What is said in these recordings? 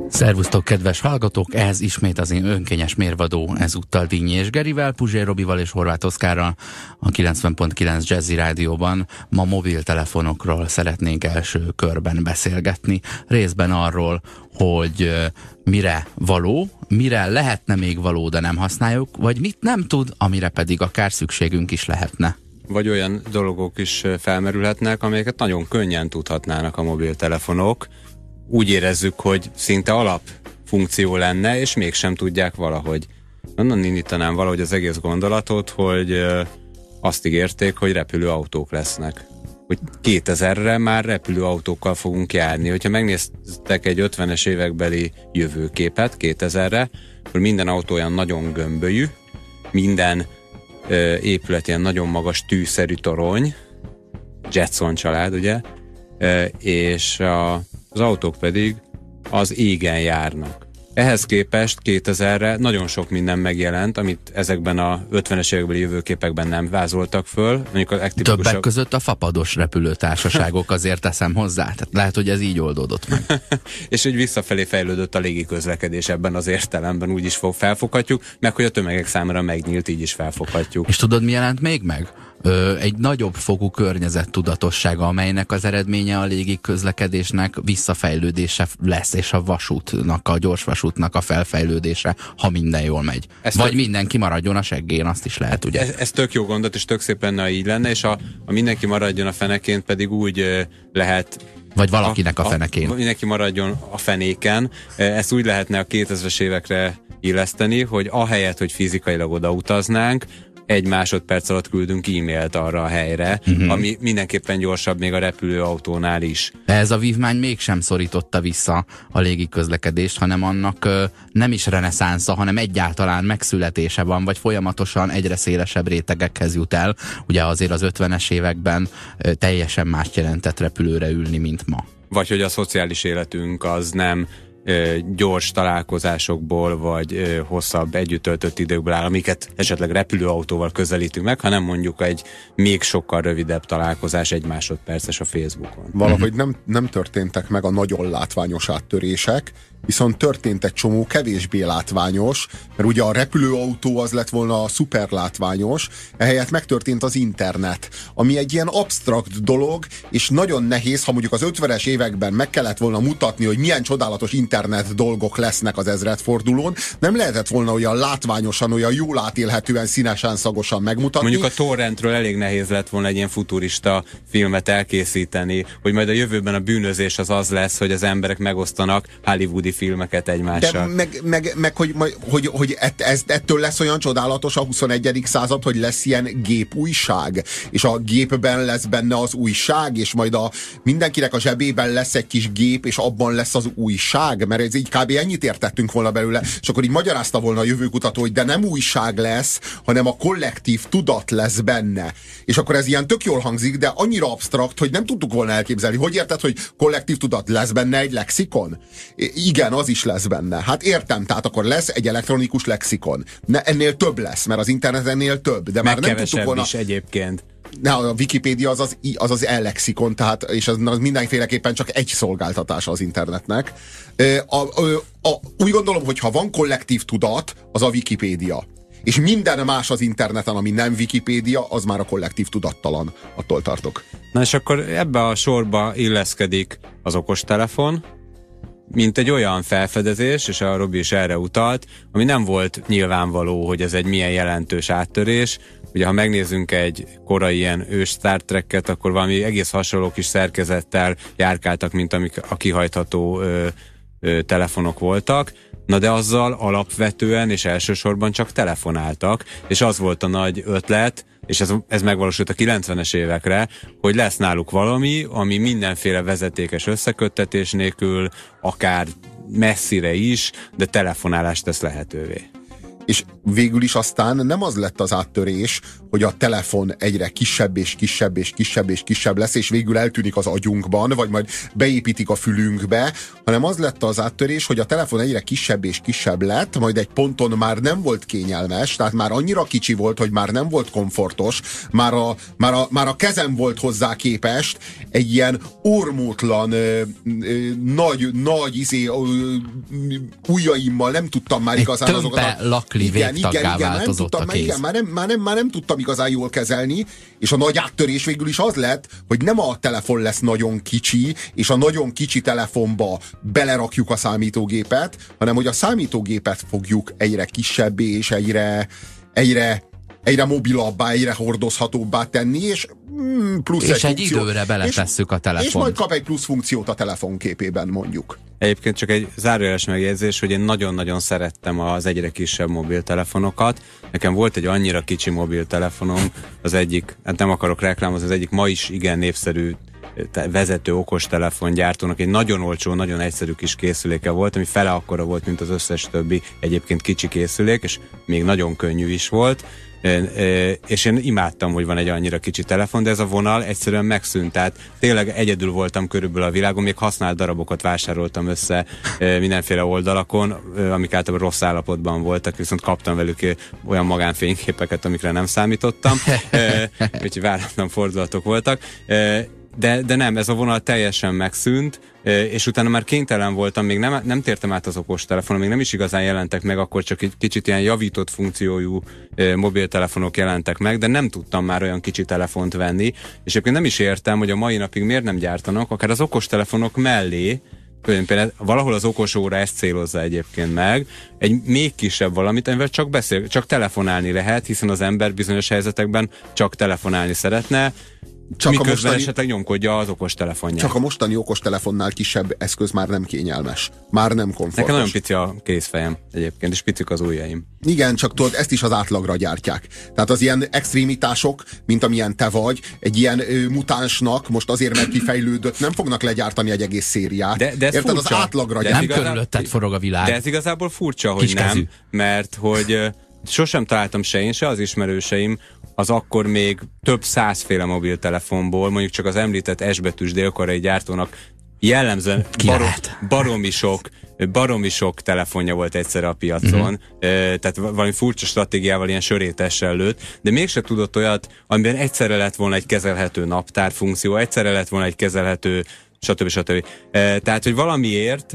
Szervusztok, kedves hallgatók! Ez ismét az én önkényes mérvadó, ezúttal Dínyi és Gerivel, Puzsér Robival és Horváth Oszkárral a 90.9 Jazzy Rádióban. Ma mobiltelefonokról szeretnénk első körben beszélgetni, részben arról, hogy mire való, mire lehetne még való, de nem használjuk, vagy mit nem tud, amire pedig akár szükségünk is lehetne. Vagy olyan dolgok is felmerülhetnek, amelyeket nagyon könnyen tudhatnának a mobiltelefonok. Úgy érezzük, hogy szinte alapfunkció lenne, és mégsem tudják valahogy. Onnan indítanám valahogy az egész gondolatot, hogy azt ígérték, hogy repülőautók lesznek. Hogy 2000-re már repülőautókkal fogunk járni. Hogyha megnéztek egy 50-es évekbeli jövőképet 2000-re, akkor minden autó olyan nagyon gömbölyű, minden épület ilyen nagyon magas tűszerű torony, Jetson család, ugye, és az autók pedig az égen járnak. Ehhez képest 2000-re nagyon sok minden megjelent, amit ezekben a 50-es évekbeli jövőképekben nem vázoltak föl. Többek között a fapados repülőtársaságok, azért teszem hozzá. Tehát lehet, hogy ez így oldódott meg. És hogy visszafelé fejlődött a légiközlekedés ebben az értelemben, úgy is felfoghatjuk, meg hogy a tömegek számára megnyílt, így is felfoghatjuk. És tudod, mi jelent még meg? Egy nagyobb fokú környezettudatossága, amelynek az eredménye a légiközlekedésnek visszafejlődése lesz, és a vasútnak, a gyorsvasútnak a felfejlődése, ha minden jól megy. Vagy mindenki maradjon a seggén, azt is lehet, ugye? Ez tök jó gondot, és tök szép lenne, ha így lenne, és a mindenki maradjon a fenekén pedig úgy lehet... Vagy valakinek a fenekén. Mindenki maradjon a fenéken. Ezt úgy lehetne a 2000-es évekre illeszteni, hogy ahelyett, hogy fizikailag odautaznánk, egy másodperc alatt küldünk e-mailt arra a helyre, ami mindenképpen gyorsabb még a repülőautónál is. De ez a vívmány mégsem szorította vissza a légiközlekedést, hanem annak nem is reneszánsza, hanem egyáltalán megszületése van, vagy folyamatosan egyre szélesebb rétegekhez jut el. Ugye azért az 50-es években teljesen mást jelentett repülőre ülni, mint ma. Vagy hogy a szociális életünk az nem gyors találkozásokból, vagy hosszabb együtt töltött időkből áll, amiket esetleg repülőautóval közelítünk meg, hanem mondjuk egy még sokkal rövidebb találkozás, egy másodperces a Facebookon. Valahogy nem történtek meg a nagyon látványos áttörések, viszont történt egy csomó kevésbé látványos, mert ugye a repülőautó az lett volna a szuper látványos, ehelyett megtörtént az internet, ami egy ilyen absztrakt dolog, és nagyon nehéz, ha mondjuk az 50-es években meg kellett volna mutatni, hogy milyen csodálatos internet dolgok lesznek az ezredfordulón, nem lehetett volna olyan látványosan, olyan jól átélhetően, színesen, szagosan megmutatni. Mondjuk a torrentről elég nehéz lett volna egy ilyen futurista filmet elkészíteni, hogy majd a jövőben a bűnözés az lesz, hogy az emberek megosztanak hollywoodi filmeket egymással. De hogy ettől lesz olyan csodálatos a 21. század, hogy lesz ilyen gépújság, és a gépben lesz benne az újság, és majd mindenkinek a zsebében lesz egy kis gép, és abban lesz az újság, mert ez így kb. Ennyit értettünk volna belőle, és akkor így magyarázta volna a jövőkutató, hogy de nem újság lesz, hanem a kollektív tudat lesz benne. És akkor ez ilyen tök jól hangzik, de annyira absztrakt, hogy nem tudtuk volna elképzelni. Hogy érted, hogy kollektív tudat, lesz benne egy lexikon? Igen, az is lesz benne. Hát értem, tehát akkor lesz egy elektronikus lexikon. Ennél több lesz, mert az internet ennél több. De már nem tudtuk volna... is egyébként. A Wikipédia az az e-lexikon, tehát, és az mindenféleképpen csak egy szolgáltatása az internetnek. Úgy gondolom, hogy ha van kollektív tudat, az a Wikipédia. És minden más az interneten, ami nem Wikipédia, az már a kollektív tudattalan. Attól tartok. Na és akkor ebbe a sorba illeszkedik az okostelefon, mint egy olyan felfedezés, és a Robi is erre utalt, ami nem volt nyilvánvaló, hogy ez egy milyen jelentős áttörés. Ugye, ha megnézzünk egy korai ilyen ős Star Trek-et, akkor valami egész hasonló kis szerkezettel járkáltak, mint amik a kihajtható telefonok voltak. Na de azzal alapvetően és elsősorban csak telefonáltak, és az volt a nagy ötlet, és ez megvalósult a 90-es évekre, hogy lesz náluk valami, ami mindenféle vezetékes összeköttetés nélkül, akár messzire is, de telefonálást tesz lehetővé. És végül is aztán nem az lett az áttörés, hogy a telefon egyre kisebb és kisebb és kisebb és kisebb lesz, és végül eltűnik az agyunkban, vagy majd beépítik a fülünkbe, hanem az lett az áttörés, hogy a telefon egyre kisebb és kisebb lett, majd egy ponton már nem volt kényelmes, tehát már annyira kicsi volt, hogy már nem volt komfortos, már a kezem volt hozzá képest egy ilyen ormótlan nagy ujjaimmal nem tudtam már igazán azokat lakli végtaggá változott a kéz. Már nem tudtam igazán jól kezelni, és a nagy áttörés végül is az lett, hogy nem a telefon lesz nagyon kicsi, és a nagyon kicsi telefonba belerakjuk a számítógépet, hanem hogy a számítógépet fogjuk egyre kisebbé, és egyre mobilabbá, egyre hordozhatóbbá tenni, és plusz és egy időre beletesszük a telefont. És majd kap egy plusz funkciót a telefonképében, mondjuk. Egyébként csak egy zárójeles megjegyzés, hogy én nagyon-nagyon szerettem az egyre kisebb mobiltelefonokat. Nekem volt egy annyira kicsi mobiltelefonom, az egyik, hát nem akarok reklámozni, az egyik ma is igen népszerű vezető okostelefongyártónak egy nagyon olcsó, nagyon egyszerű kis készüléke volt, ami fele akkora volt, mint az összes többi egyébként kicsi készülék, és még nagyon könnyű is volt. És én imádtam, hogy van egy annyira kicsi telefon, de ez a vonal egyszerűen megszűnt, tehát tényleg egyedül voltam körülbelül a világon, még használt darabokat vásároltam össze mindenféle oldalakon, amik általában rossz állapotban voltak, viszont kaptam velük olyan magánfényképeket, amikre nem számítottam, úgyhogy váratlan fordulatok voltak. De nem, ez a vonal teljesen megszűnt, és utána már kénytelen voltam, még nem tértem át az okostelefonon, még nem is igazán jelentek meg, akkor csak egy kicsit ilyen javított funkciójú mobiltelefonok jelentek meg, de nem tudtam már olyan kicsi telefont venni, és egyébként nem is értem, hogy a mai napig miért nem gyártanak, akár az okostelefonok mellé, például valahol az okosóra ezt célozza egyébként meg, egy még kisebb valamit, amivel csak telefonálni lehet, hiszen az ember bizonyos helyzetekben csak telefonálni szeretne, csak miközben esetleg nyomkodja az okostelefonját. Csak a mostani okostelefonnál kisebb eszköz már nem kényelmes. Már nem komfortos. Nekem nagyon pici a kézfejem egyébként, és picik az ujjaim. Igen, csak tudod, ezt is az átlagra gyártják. Tehát az ilyen extrémitások, mint amilyen te vagy, egy ilyen mutánsnak most azért, mert kifejlődött, nem fognak legyártani egy egész szériát. De ez érted, furcsa. Az átlagra gyártják. Nem körülötted forog a világ. De ez igazából furcsa, hogy nem, mert hogy sosem találtam se én, se az ismerőseim az akkor még több százféle mobiltelefonból, mondjuk csak az említett S-betűs dél-koreai gyártónak jellemzően baromi sok telefonja volt egyszerre a piacon, tehát valami furcsa stratégiával ilyen sörétessel lőtt, de mégse tudott olyat, amiben egyszerre lett volna egy kezelhető naptár funkció, egyszerre lett volna egy kezelhető stb. Tehát, hogy valamiért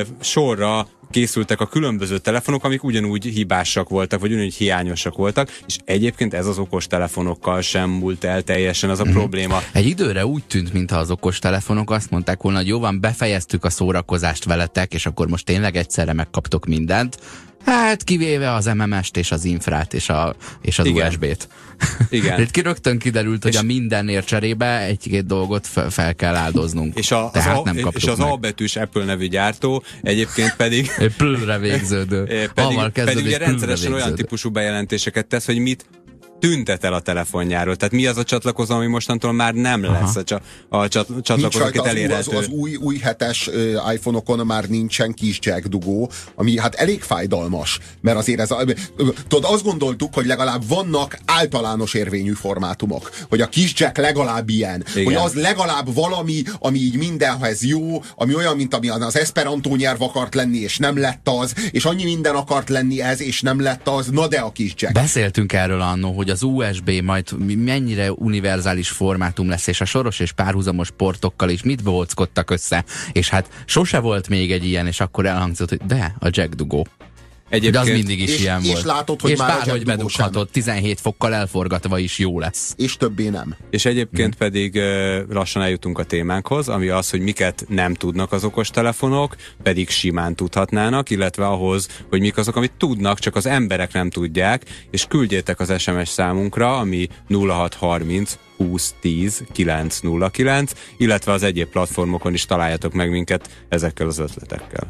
sorra készültek a különböző telefonok, amik ugyanúgy hibásak voltak, vagy ugyanúgy hiányosak voltak, és egyébként ez az okostelefonokkal sem múlt el teljesen az a probléma. Egy időre úgy tűnt, mintha az okostelefonok azt mondták volna, hogy jó van, befejeztük a szórakozást veletek, és akkor most tényleg egyszerre megkaptok mindent. Hát kivéve az MMS-t és az infrát és az USB-t. Igen. Itt rögtön kiderült, hogy a mindenért cserébe egy-két dolgot fel kell áldoznunk. És az A betűs Apple nevű gyártó egyébként pedig plőre végződő. pedig ugye rendszeresen olyan típusú bejelentéseket tesz, hogy mit tüntet el a telefonjáról. Tehát mi az a csatlakozó, ami mostantól már nem lesz a csatlakozó, akit elérhető. Az új 7-es iPhone-okon már nincsen kis jack dugó, ami hát elég fájdalmas, mert azért tudod, azt gondoltuk, hogy legalább vannak általános érvényű formátumok, hogy a kis jack legalább ilyen, igen. Hogy az legalább valami, ami így mindenhez jó, ami olyan, mint ami az esperantó nyelv akart lenni, és nem lett az, és annyi minden akart lenni ez, és nem lett az, na de a kis jack. Beszéltünk erről annó, hogy az USB majd mennyire univerzális formátum lesz, és a soros és párhuzamos portokkal is mit bohóckodtak össze, és hát sose volt még egy ilyen, és akkor elhangzott, hogy de, a jack dugó. De az mindig is ilyen volt. És látod, hogy és már bárhogy bedughatod, 17 fokkal elforgatva is jó lesz. És többé nem. És egyébként pedig lassan eljutunk a témánkhoz, ami az, hogy miket nem tudnak az okostelefonok, pedig simán tudhatnának, illetve ahhoz, hogy mik azok, amit tudnak, csak az emberek nem tudják, és küldjétek az SMS számunkra, ami 0630 20 10 909, illetve az egyéb platformokon is találjatok meg minket ezekkel az ötletekkel.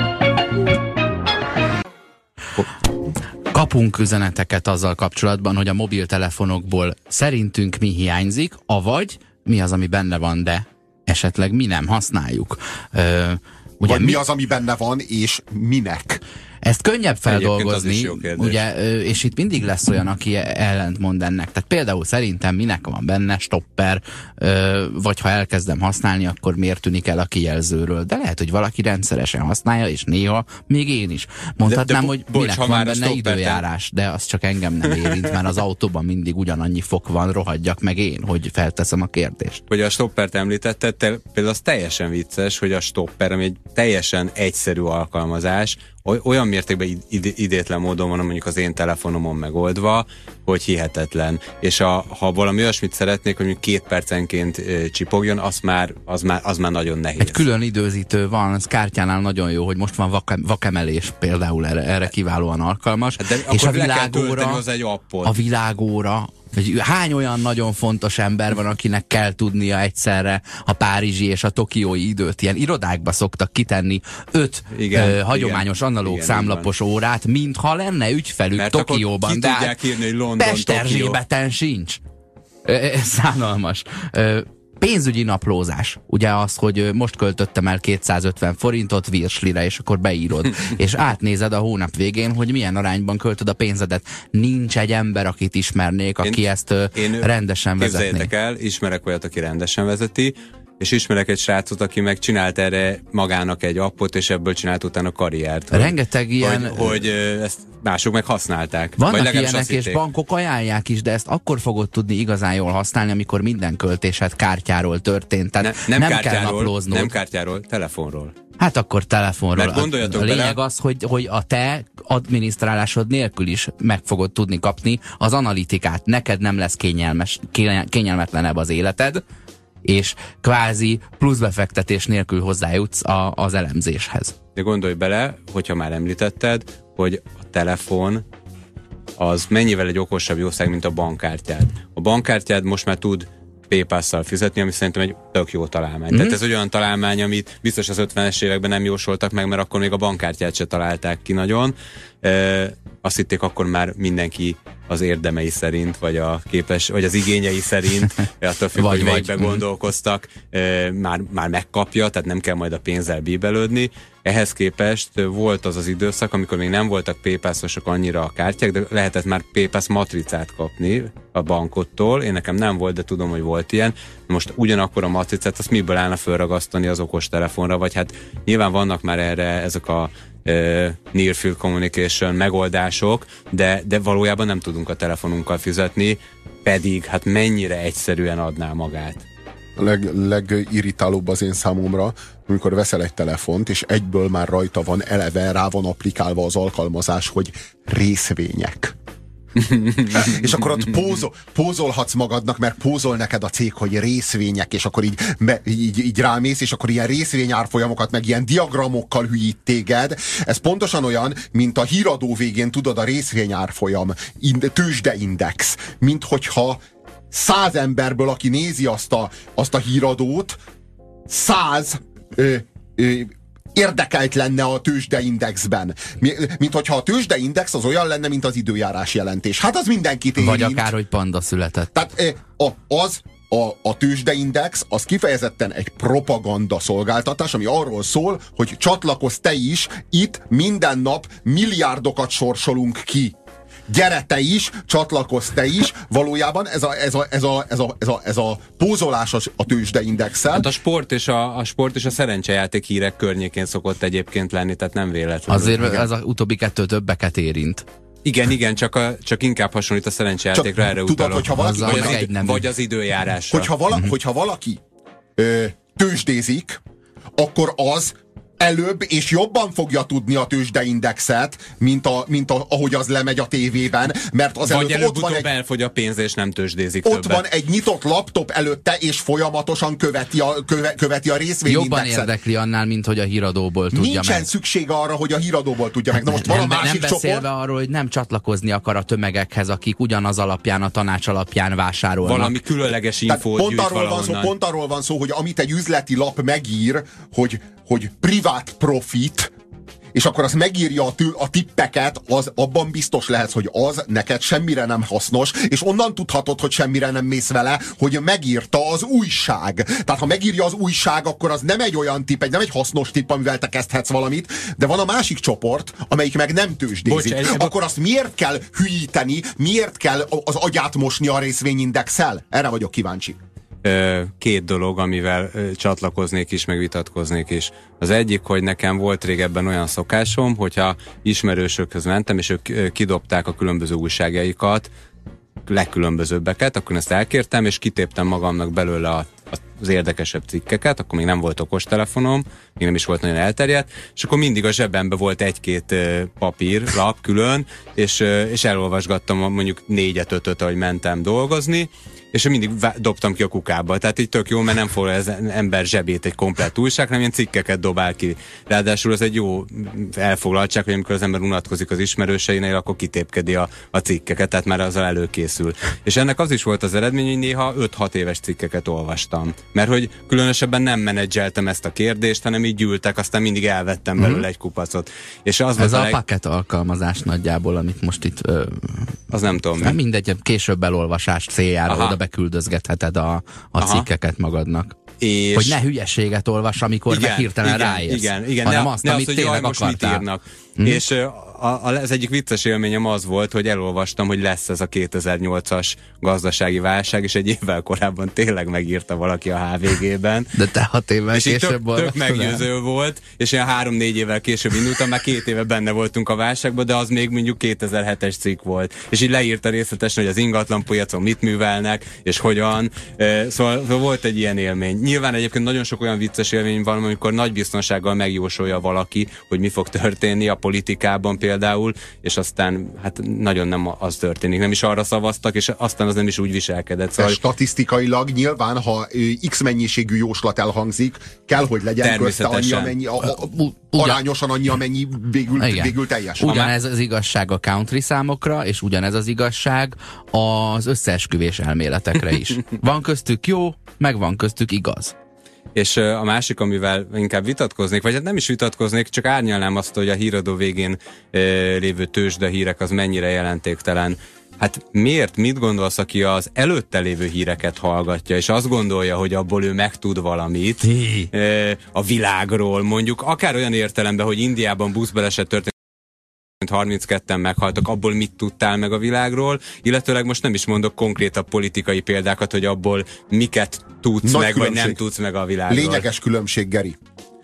Kapunk üzeneteket azzal kapcsolatban, hogy a mobiltelefonokból szerintünk mi hiányzik, avagy mi az, ami benne van, de esetleg mi nem használjuk. Ugye mi az, ami benne van, és minek? Ezt könnyebb feldolgozni, ugye, és itt mindig lesz olyan, aki ellentmond ennek. Tehát például szerintem minek van benne stopper, vagy ha elkezdem használni, akkor miért tűnik el a kijelzőről. De lehet, hogy valaki rendszeresen használja, és néha még én is. Mondhatnám, hogy minek van benne időjárás, de az csak engem nem érint, mert az autóban mindig ugyanannyi fok van, rohadjak meg én, hogy felteszem a kérdést. Hogy a stoppert említetted, például az teljesen vicces, hogy a stopper, ami egy teljesen egyszerű alkalmazás, olyan mértékben idétlen módon van mondjuk az én telefonomon megoldva, hogy hihetetlen. És ha valami olyasmit szeretnék, hogy 2 percenként csipogjon, az már nagyon nehéz. Egy külön időzítő van, ez kártyánál nagyon jó, hogy most van vakemelés például erre kiválóan alkalmas. De és a világóra, a világóra, hány olyan nagyon fontos ember van, akinek kell tudnia egyszerre a párizsi és a tokiói időt. Ilyen irodákba szoktak kitenni 5 hagyományos analóg számlapos órát, mintha lenne ügyfelük mert Tokióban. De tudják írni, hogy London, Pesterzsébeten sincs. Szánalmas. Pénzügyi naplózás. Ugye az, hogy most költöttem el 250 forintot virslire, és akkor beírod. És átnézed a hónap végén, hogy milyen arányban költöd a pénzedet. Nincs egy ember, akit ismernék, aki ezt rendesen vezetné. Képzeljétek el, ismerek olyat, aki rendesen vezeti, és ismerek egy srácot, aki meg csinált erre magának egy appot, és ebből csinált utána karriert. Rengeteg ilyen... Hogy ezt mások meg használták. Vannak ilyenek, és bankok ajánlják is, de ezt akkor fogod tudni igazán jól használni, amikor minden költésed kártyáról történt. Tehát nem kell naplóznod. Nem kártyáról, telefonról. Hát akkor telefonról. Mert gondoljatok a lényeg az, hogy a te adminisztrálásod nélkül is meg fogod tudni kapni az analitikát. Neked nem lesz kényelmetlenebb az életed, és kvázi pluszbefektetés nélkül hozzájutsz az elemzéshez. De gondolj bele, hogyha már említetted, hogy a telefon az mennyivel egy okosabb jószág, mint a bankkártyád. A bankkártyád most már tud PayPass-szal fizetni, ami szerintem egy tök jó találmány. Tehát ez egy olyan találmány, amit biztos az 50-es években nem jósoltak meg, mert akkor még a bankkártyát se találták ki nagyon. Azt hitték akkor már mindenki az érdemei szerint, vagy az igényei szerint, attól függ, hogy melyikben gondolkoztak, már megkapja, tehát nem kell majd a pénzzel bíbelődni. Ehhez képest volt az időszak, amikor még nem voltak PayPass-osok annyira a kártyák, de lehetett már PayPass matricát kapni a bankottól. Én nekem nem volt, de tudom, hogy volt ilyen. Most ugyanakkor a matricát, azt miből állna felragasztani az okostelefonra, vagy hát nyilván vannak már erre ezek a near field communication megoldások, de valójában nem tudunk a telefonunkkal fizetni, pedig hát mennyire egyszerűen adná magát. A legirritálóbb az én számomra, amikor veszel egy telefont, és egyből már rajta van, eleve rá van applikálva az alkalmazás, hogy részvények. És akkor ott pózolhatsz magadnak, mert pózol neked a cég, hogy részvények, és akkor így rámész, és akkor ilyen részvényárfolyamokat, meg ilyen diagramokkal hülyít téged. Ez pontosan olyan, mint a híradó végén, tudod, a részvényárfolyam, tőzsdeindex, mint hogyha 100 emberből, aki nézi azt a híradót, 100 érdekelt lenne a tőzsdeindexben. Mint hogyha a tőzsdeindex az olyan lenne, mint az időjárás jelentés. Hát az mindenkit érint. Vagy akár, hogy panda született. Tehát a tőzsdeindex az kifejezetten egy propaganda szolgáltatás, ami arról szól, hogy csatlakozz te is, itt minden nap milliárdokat sorsolunk ki. Gyere te is, csatlakozz te is, valójában ez a pózolás a tőzsdeindexel. Hát a sport és a szerencsejáték hírek környékén szokott egyébként lenni, tehát nem véletlenül. Azért ez az utóbbi kettő többeket érint. Igen, csak inkább hasonlít a szerencsejátékra, erre utalok. Hogyha valaki, vagy az időjárásra. Hogyha valaki tőzsdézik, akkor az előbb és jobban fogja tudni a tőzsdeindexet, mint ahogy az lemegy a tévében, mert az vagy előbb-utóbb elfogy a pénz, és nem tőzsdézik ott többet. Van egy nyitott laptop előtte, és folyamatosan követi a részvényindexet. Jobban érdekli annál, mint hogy a híradóból tudja. Nincsen szüksége arra, hogy a híradóból tudja meg. Na most van a másik nem beszélve arról, hogy nem csatlakozni akar a tömegekhez, akik ugyanaz alapján, a tanács alapján vásárolnak. Valami különleges infót gyűjt valahonnan. Pont arról van szó, hogy amit egy üzleti lap megír, hogy privát profit, és akkor az megírja a tippeket, az abban biztos lehetsz, hogy az neked semmire nem hasznos, és onnan tudhatod, hogy semmire nem mész vele, hogy megírta az újság. Tehát ha megírja az újság, akkor az nem egy olyan tipp, nem egy hasznos tipp, amivel te kezdhetsz valamit, de van a másik csoport, amelyik meg nem tőzsdézik. Akkor azt miért kell hülyíteni, miért kell az agyát mosni a részvényindexel? Erre vagyok kíváncsi. Két dolog, amivel csatlakoznék is, meg vitatkoznék is. Az egyik, hogy nekem volt régebben olyan szokásom, hogyha ismerősökhöz mentem, és ők kidobták a különböző újságjaikat, legkülönbözőbbeket, akkor ezt elkértem, és kitéptem magamnak belőle az érdekesebb cikkeket, akkor még nem volt okostelefonom, még nem is volt nagyon elterjedt, és akkor mindig a zsebembe volt egy-két papírlap külön, és elolvasgattam mondjuk 4-5-öt, ahogy mentem dolgozni, és mindig dobtam ki a kukába. Tehát így tök jó, mert nem fog az ember zsebét egy komplett újság, hanem ilyen cikkeket dobál ki. Ráadásul az egy jó elfoglaltság, hogy amikor az ember unatkozik az ismerőseinél, akkor kitépkedi a cikkeket, tehát már azzal előkészül. És ennek az is volt az eredmény, hogy néha 5-6 éves cikkeket olvastam. Mert hogy különösebben nem menedzseltem ezt a kérdést, hanem így gyűltek, aztán mindig elvettem belőle egy kupacot. És az ez a paket alkalmazás nagyjából, amit most itt... az nem tudom. Nem mindegy, később elolvasás céljára oda beküldözgetheted a cikkeket magadnak. És... Hogy ne hülyeséget olvass, amikor meg hirtelen ráérsz. Igen. Hanem azt, amit tényleg akartál. És az egyik vicces élményem az volt, hogy elolvastam, hogy lesz ez a 2008-as gazdasági válság, és egy évvel korábban tényleg megírta valaki a HVG-ben. De te 6 évvel később tök meggyőző volt, és én 3-4 évvel később indultam, már 2 éve benne voltunk a válságban, de az még mondjuk 2007-es cikk volt. És így leírta részletesen, hogy az ingatlanpiacon mit művelnek, és hogyan. Szóval volt egy ilyen élmény. Nyilván egyébként nagyon sok olyan vicces élmény van, amikor nagy biztonsággal megjósolja valaki, hogy mi fog történni a politikában például, és aztán hát nagyon nem az történik. Nem is arra szavaztak, és aztán az nem is úgy viselkedett. Szóval... Statisztikailag nyilván, ha X mennyiségű jóslat elhangzik, kell, hogy legyen közte annyi, amennyi, arányosan annyi, amennyi végül teljes. Ugyanez az igazság a country számokra, és ugyanez az igazság az összeesküvés elméletekre is. Van köztük jó, meg van köztük igaz. És a másik, amivel inkább vitatkoznék, vagy hát nem is vitatkoznék, csak árnyalnám azt, hogy a híradó végén lévő tőzsdehírek az mennyire jelentéktelen. Hát miért? Mit gondolsz, aki az előtte lévő híreket hallgatja, és azt gondolja, hogy abból ő megtud valamit a világról, mondjuk akár olyan értelemben, hogy Indiában buszbaleset történt, 32-en meghaltak, abból mit tudtál meg a világról, illetőleg most nem is mondok konkrétabb politikai példákat, hogy abból miket tudsz nagy meg, különbség. Vagy nem tudsz meg a világról. Lényeges különbség, Geri.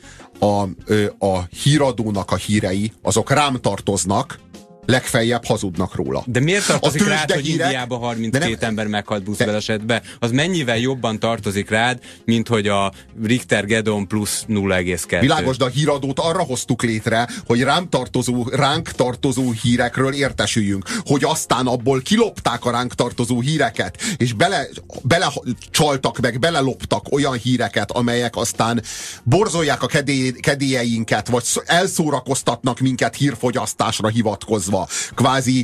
A híradónak a hírei, azok rám tartoznak, legfeljebb hazudnak róla. De miért tartozik rád, hogy Indiában 32 ember meghalt buszbalesetbe? Az mennyivel jobban tartozik rád, mint hogy a Richter Gedon plusz 0,2. Világos, de a híradót arra hoztuk létre, hogy ránk tartozó hírekről értesüljünk, hogy aztán abból kilopták a ránk tartozó híreket, és bele csaltak meg, beleloptak olyan híreket, amelyek aztán borzolják a kedélyeinket, vagy elszórakoztatnak minket hírfogyasztásra hivatkozva. Kvázi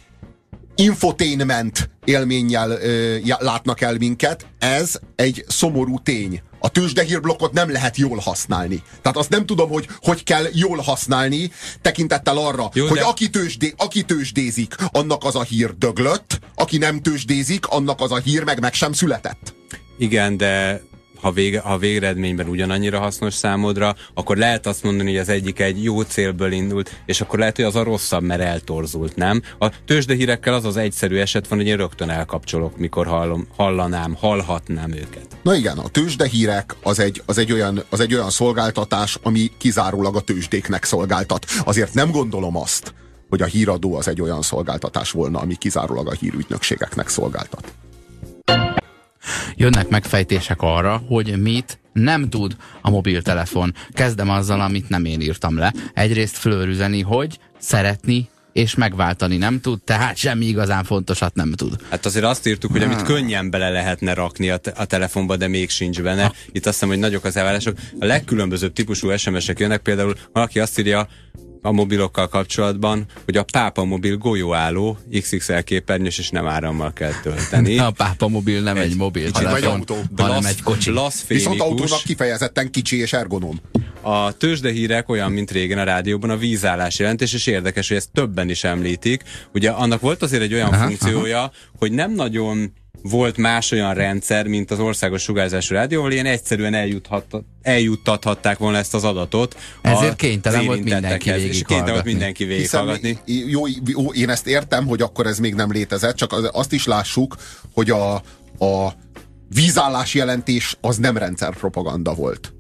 infotainment élménnyel látnak el minket. Ez egy szomorú tény. A tőzsdehírblokkot nem lehet jól használni. Tehát azt nem tudom, hogy kell jól használni, tekintettel arra, jó, hogy aki tőzsdézik, annak az a hír döglött, aki nem tőzsdézik, annak az a hír meg sem született. Igen, de ha végeredményben ugyanannyira hasznos számodra, akkor lehet azt mondani, hogy az egyik egy jó célből indult, és akkor lehet, hogy az a rosszabb, mert eltorzult, nem? A tőzsdehírekkel az egyszerű eset van, hogy én rögtön elkapcsolok, mikor hallhatnám őket. Na igen, a tőzsdehírek az egy olyan szolgáltatás, ami kizárólag a tőzsdéknek szolgáltat. Azért nem gondolom azt, hogy a híradó az egy olyan szolgáltatás volna, ami kizárólag a hírügynökségeknek szolgáltat. Jönnek megfejtések arra, hogy mit nem tud a mobiltelefon. Kezdem azzal, amit nem én írtam le. Egyrészt fölörüzeni, hogy szeretni és megváltani nem tud, tehát semmi igazán fontosat nem tud. Hát azért azt írtuk, hogy amit könnyen bele lehetne rakni a telefonba, de még sincs benne. Itt azt hiszem, hogy nagyok az elvárások. A legkülönbözőbb típusú SMS-ek jönnek, például valaki azt írja a mobilokkal kapcsolatban, hogy a Pápa mobil golyóálló, XXL képernyős, és nem árammal kell tölteni. A Pápa mobil nem egy mobil telefon, hanem egy kocsi. Viszont autónak kifejezetten kicsi és ergonom. a tőzsdehírek olyan, mint régen a rádióban, a vízállás jelentés, és érdekes, hogy ezt többen is említik. Ugye annak volt azért egy olyan funkciója, hogy nem nagyon volt más olyan rendszer, mint az országos sugárzású rádió, ahol ilyen egyszerűen eljuttathatták volna ezt az adatot. Ezért kénytelen volt mindenki végighallgatni. Jó, én ezt értem, hogy akkor ez még nem létezett, csak azt is lássuk, hogy a vízállás jelentés az nem rendszerpropaganda volt.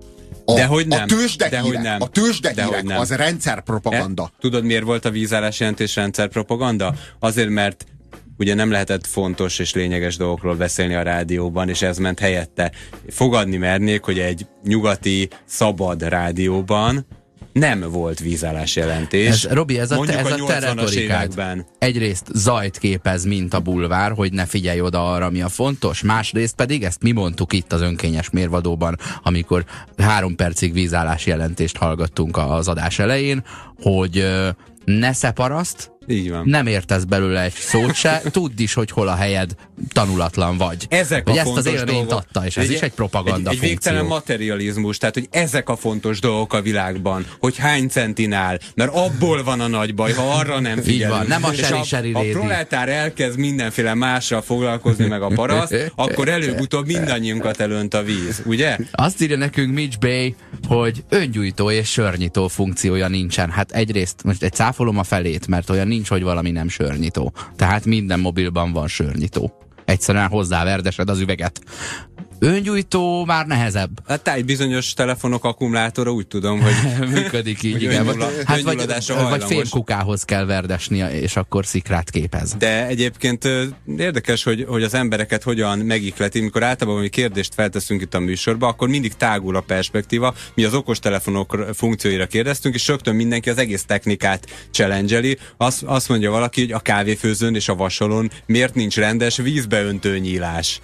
A tőzsdehírek az rendszerpropaganda. Tudod, miért volt a vízállás jelentés rendszerpropaganda? Azért, mert ugye nem lehetett fontos és lényeges dolgokról beszélni a rádióban, és ez ment helyette. Fogadni mernék, hogy egy nyugati, szabad rádióban nem volt vízállás jelentés. Robi, ez a te retorikád. Egyrészt zajt képez, mint a bulvár, hogy ne figyelj oda arra, mi a fontos. Másrészt pedig, ezt mi mondtuk itt az önkényes mérvadóban, amikor 3 percig vízállás jelentést hallgattunk az adás elején, hogy ne szeparaszt, így van. Nem értesz belőle egy szót se, tudd is, hogy hol a helyed, tanulatlan vagy. Ezek hogy a ezt fontos az élményt dolgok. adta, és ez is egy propaganda egy végtelen materializmus, tehát hogy ezek a fontos dolgok a világban, hogy hány centinál, mert abból van a nagy baj, ha arra nem figyelünk. Így van, nem a seri a proletár elkezd mindenféle mással foglalkozni, meg a paraszt, akkor előbb-utóbb mindannyiunkat elönt a víz, ugye? Azt írja nekünk Mitch Bay, hogy öngyújtó és sörnyitó funkciója nincsen. Hát egyrészt most egy cáfolom a felét, mert olyan nincs, hogy valami nem sörnyitó. Tehát minden mobilban van sörnyitó. Egyszerűen hozzáverdesed az üveget. Öngyújtó már nehezebb. Hát egy bizonyos telefonok akkumulátora úgy tudom, hogy működik így, igen. Vagy fémkukához kell verdesnia, és akkor szikrát képez. De egyébként érdekes, hogy az embereket hogyan megikleti, mikor általában mi kérdést felteszünk itt a műsorba, akkor mindig tágul a perspektíva. Mi az okostelefonok funkcióira kérdeztünk, és rögtön mindenki az egész technikát challenge-eli. Azt mondja valaki, hogy a kávéfőzőn és a vasalon miért nincs rendes vízbeöntő nyílás.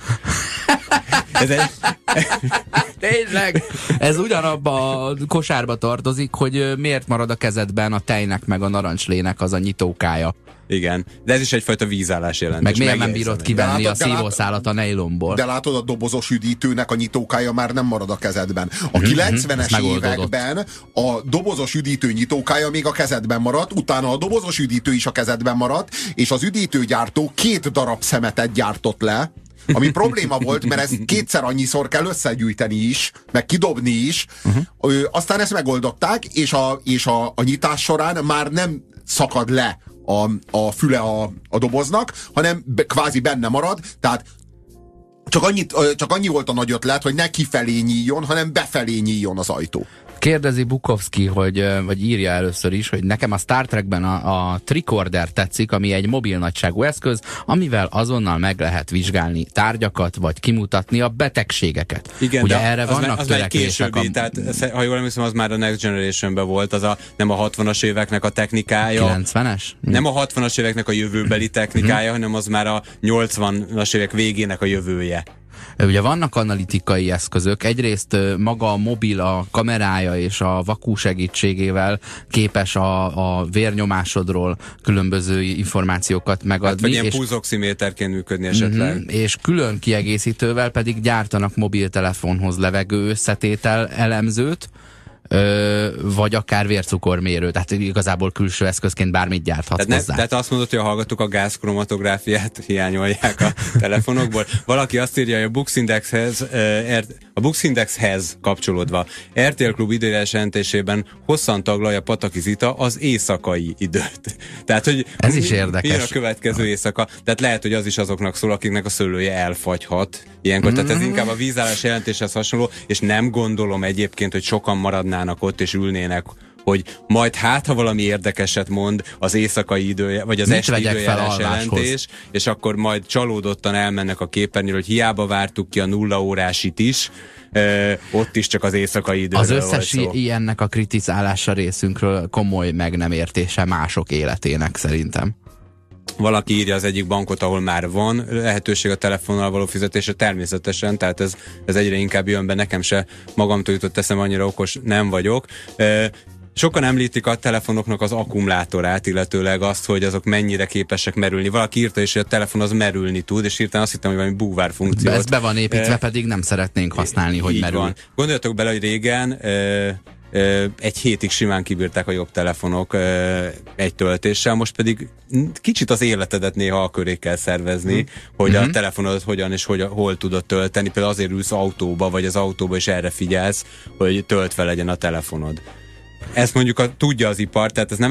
Tényleg? Ez ugyanabba a kosárba tartozik, hogy miért marad a kezedben a tejnek meg a narancslének az a nyitókája. Igen, de ez is egyfajta vízállás jelentés. Meg miért nem bírod kivenni a szívószálat a nejlomból? De látod, a dobozos üdítőnek a nyitókája már nem marad a kezedben. A 90-es években a dobozos üdítő nyitókája még a kezedben maradt, utána a dobozos üdítő is a kezedben maradt, és az üdítőgyártó 2 darab szemetet gyártott le, ami probléma volt, mert ez 2-szer annyiszor kell összegyűjteni is, meg kidobni is. Aztán ezt megoldották, és a nyitás során már nem szakad le a füle a doboznak, hanem kvázi benne marad, tehát csak annyi volt a nagy ötlet, hogy ne kifelé nyíljon, hanem befelé nyíljon az ajtó. Kérdezi Bukowski, vagy írja először is, hogy nekem a Star Trekben a tricorder tetszik, ami egy mobil nagyságú eszköz, amivel azonnal meg lehet vizsgálni tárgyakat, vagy kimutatni a betegségeket. Igen, ugye erre vannak az törekvések. Tehát, ha jól emlékszem, az már a Next Generation-ben volt, nem a 60-as éveknek a technikája. 90-es? Nem a 60-as éveknek a jövőbeli technikája, hanem az már a 80-as évek végének a jövője. Ugye vannak analitikai eszközök, egyrészt maga a mobil, a kamerája és a vakú segítségével képes a vérnyomásodról különböző információkat megadni. Hát, vagy ilyen pulzoximéterként működni esetleg. És külön kiegészítővel pedig gyártanak mobiltelefonhoz levegő összetétel elemzőt, vagy akár vércukormérő, tehát igazából külső eszközként bármit gyárthatsz hozzá. Tehát azt mondod, hogy a hallgatók a gázkromatográfiát hiányolják a telefonokból. Valaki azt írja, hogy a Buxindexhez kapcsolódva RTL Klub időjárás jelentésében hosszan taglalja Pataki Zita az éjszakai időt. Tehát, hogy ez is érdekes. Milyen a következő éjszaka? Tehát lehet, hogy az is azoknak szól, akiknek a szőlője elfagyhat ilyenkor. Tehát ez inkább a vízállás jelentéshez hasonló, és nem gondolom egyébként, hogy sokan maradnának ott és ülnének, hogy majd ha valami érdekeset mond az éjszakai idő, vagy az esti időjárás jelentés, és akkor majd csalódottan elmennek a képernyőről, hogy hiába vártuk ki a 0 órásit is, ott is csak az éjszakai időről az összes volt szó. Ilyennek a kritizálása részünkről komoly meg nem értése mások életének szerintem. Valaki írja az egyik bankot, ahol már van lehetőség a telefonnal való fizetésre, természetesen, tehát ez egyre inkább jön be, nekem se magamtól jutott eszembe, annyira okos nem vagyok. Sokan említik a telefonoknak az akkumulátorát, illetőleg azt, hogy azok mennyire képesek merülni. Valaki írta is, hogy a telefon az merülni tud, és hirtelen azt hittem, hogy valami búvár funkciót. Ez be van építve, pedig nem szeretnénk használni, hogy merül. Van. Gondoljatok bele, hogy régen egy hétig simán kibírták a jobb telefonok egy töltéssel, most pedig kicsit az életedet néha a köré kell szervezni, hogy a telefonod hogyan és hol tudod tölteni. Például azért ülsz autóba, vagy az autóba is erre figyelsz, hogy töltve legyen a telefonod. Ezt mondjuk tudja az ipar, tehát ez nem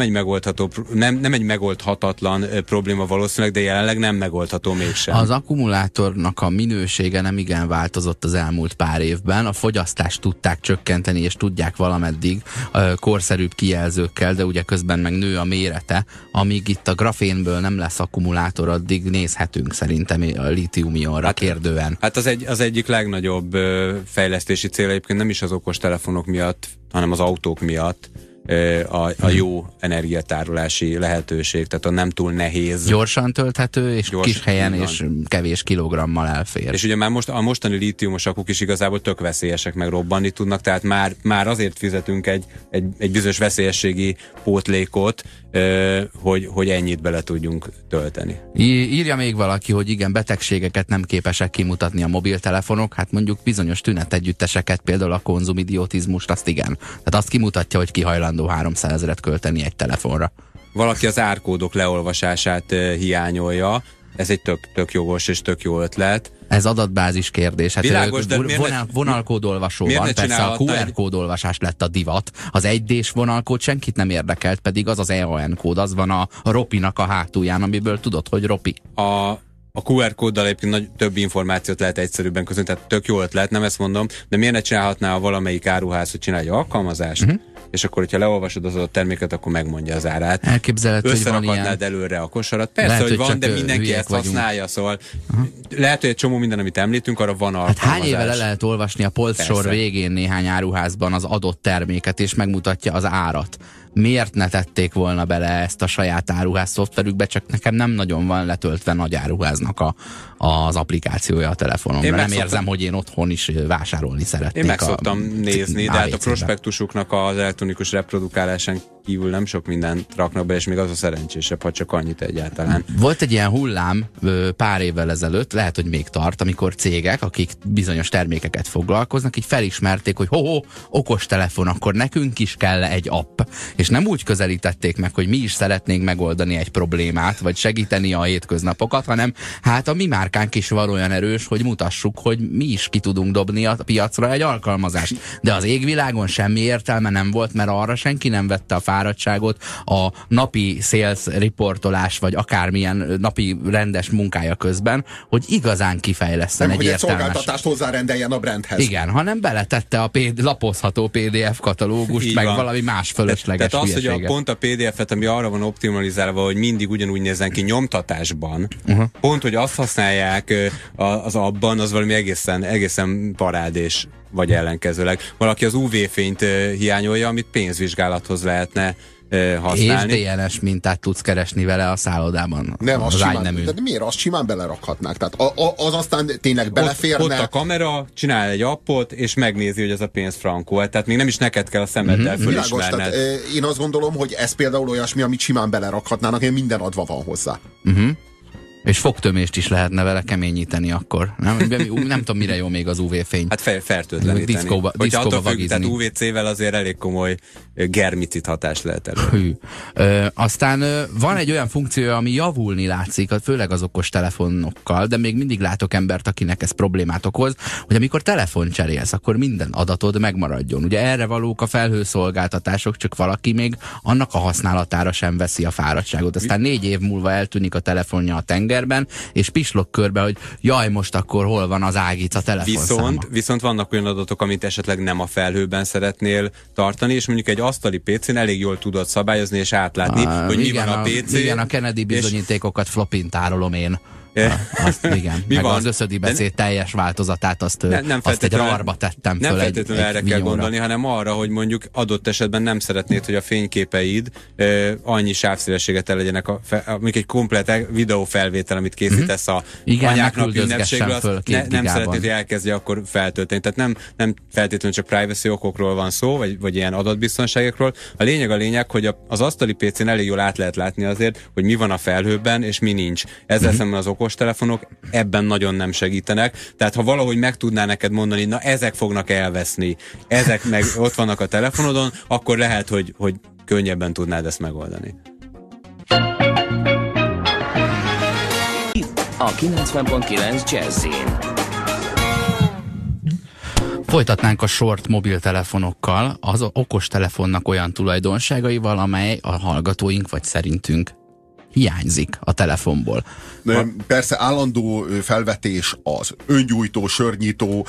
egy megoldhatatlan probléma valószínűleg, de jelenleg nem megoldható mégsem. Az akkumulátornak a minősége nem igen változott az elmúlt pár évben. A fogyasztást tudták csökkenteni, és tudják valameddig korszerűbb kijelzőkkel, de ugye közben meg nő a mérete. Amíg itt a grafénből nem lesz akkumulátor, addig nézhetünk szerintem a lítium-ionra kérdően. Hát az egyik legnagyobb fejlesztési cél egyébként nem is az okostelefonok miatt, hanem az autók miatt a jó energiatárolási lehetőség, tehát a nem túl nehéz. Gyorsan tölthető, és kis helyen, és kevés kilogrammal elfér. És ugye már a mostani lítiumos akuk is igazából tök veszélyesek, meg robbanni tudnak, tehát már azért fizetünk egy bizonyos veszélyességi pótlékot, hogy ennyit bele tudjunk tölteni. Írja még valaki, hogy igen, betegségeket nem képesek kimutatni a mobiltelefonok, hát mondjuk bizonyos tünetegyütteseket, például a konzumidiotizmust, azt igen. Tehát azt kimutatja, hogy ki hajlandó 300 000 költeni egy telefonra. Valaki az árkódok leolvasását hiányolja, ez egy tök jogos és tök jó ötlet. Ez adatbázis kérdés. Hát világos, vonalkódolvasó van, persze a QR kódolvasás lett a divat. Az 1D-s vonalkód senkit nem érdekelt, pedig az EAN kód, az van a Ropinak a hátulján, amiből tudod, hogy Ropi. A QR kóddal egyébként több információt lehet egyszerűbben közön, tehát tök jó ötlet, nem ezt mondom, de miért ne csinálhatná a valamelyik áruház, hogy csinálja egy alkalmazást, és akkor, hogyha leolvasod az adott terméket, akkor megmondja az árát. Elképzelhető, hogy van ilyen. Összerakadnád előre a kosarat. Persze, lehet, hogy van, de mindenki ezt használja, szóval lehet, hogy egy csomó minden, amit említünk, arra van alkalmazás. Hát hány éve le lehet olvasni a polcsor végén néhány áruházban az adott terméket, és megmutatja az árat. Miért ne tették volna bele ezt a saját áruház szoftverükbe, csak nekem nem nagyon van letöltve nagy áruháznak az applikációja a telefonomra. Nem érzem, hogy én otthon is vásárolni szeretnék. Én meg szoktam nézni, de hát a prospektusuknak az elektronikus reprodukálásán kívül nem sok mindent raknak be, és még az a szerencsésebb, ha csak annyit egyáltalán. Volt egy ilyen hullám pár évvel ezelőtt, lehet, hogy még tart, amikor cégek, akik bizonyos termékeket foglalkoznak, így felismerték, hogy okostelefon, akkor nekünk is kell egy app. És nem úgy közelítették meg, hogy mi is szeretnénk megoldani egy problémát, vagy segíteni a hétköznapokat, hanem hát a mi márkánk is van olyan erős, hogy mutassuk, hogy mi is ki tudunk dobni a piacra egy alkalmazást. De az égvilágon semmi értelme nem volt, mert arra senki nem vette a fáradtságot a napi sales riportolás, vagy akármilyen napi rendes munkája közben, hogy igazán kifejleszten egy értelmes... hogy egy szolgáltatást hozzárendeljen a brandhez. Igen, hanem beletette a lapozható PDF katalógust, meg valami más fölösleges tehát az, hogy pont a PDF-et, ami arra van optimalizálva, hogy mindig ugyanúgy nézzen ki nyomtatásban, pont, hogy azt használják az abban, az valami egészen parádés, vagy ellenkezőleg. Valaki az UV-fényt hiányolja, amit pénzvizsgálathoz lehetne használni. És DNS mintát tudsz keresni vele a szállodában. Nem, az simán, de miért? Azt simán belerakhatnák. Tehát az aztán tényleg beleférne. Ott a kamera, csinál egy appot, és megnézi, hogy ez a pénz frankó. Tehát még nem is neked kell a szemeddel fölismerned. Én azt gondolom, hogy ez például olyasmi, amit simán belerakhatnának, én minden adva van hozzá. És fogtömést is lehetne vele keményíteni akkor. Nem tudom, mire jó még az UV-fény. Hát fertőtleníteni. Diszkóba vagizni. Tehát UVC-vel azért elég komoly germicid hatás lehet elő. Aztán van egy olyan funkció, ami javulni látszik, főleg az okos telefonokkal, de még mindig látok embert, akinek ez problémát okoz, hogy amikor telefon cserélsz, akkor minden adatod megmaradjon. Ugye erre valók a felhőszolgáltatások, csak valaki még annak a használatára sem veszi a fáradtságot. Aztán 4 év múlva eltűnik a telefonja a tengerben, és pislog körbe, hogy jaj, most akkor hol van az Ágica telefonszáma. Viszont vannak olyan adatok, amit esetleg nem a felhőben szeretnél tartani, és mondjuk egy asztali PC-n elég jól tudod szabályozni és átlátni, hogy mi van a PC. Igen, a Kennedy bizonyítékokat flopin tárolom én. Azt, igen. Meg az összödi beszéd teljes változatát, azt egy rarba tettem föl. Nem feltétlenül erre kell gondolni, hanem arra, hogy mondjuk adott esetben nem szeretnéd, hogy a fényképeid annyi sávszélességet el legyenek, mondjuk egy komplet videófelvétel, amit készítesz a anyáknak ünnepségből, nem szeretnéd, hogy elkezdje akkor feltölteni. Tehát nem feltétlenül csak privacy okokról van szó, vagy ilyen adatbiztonságokról. A lényeg, hogy az asztali PC-n elég jól át lehet látni azért, hogy mi van a felhőben, és mi nincs. Ezzel szemben az okostelefonok ebben nagyon nem segítenek. Tehát ha valahogy meg tudná neked mondani, na ezek fognak elveszni, ezek meg ott vannak a telefonodon, akkor lehet, hogy könnyebben tudnád ezt megoldani. A 90.9 Jazzin. Folytatnánk a sort mobiltelefonokkal, az okostelefonnak olyan tulajdonságaival, amely a hallgatóink vagy szerintünk hiányzik a telefonból. Persze állandó felvetés az öngyújtó, sörnyító,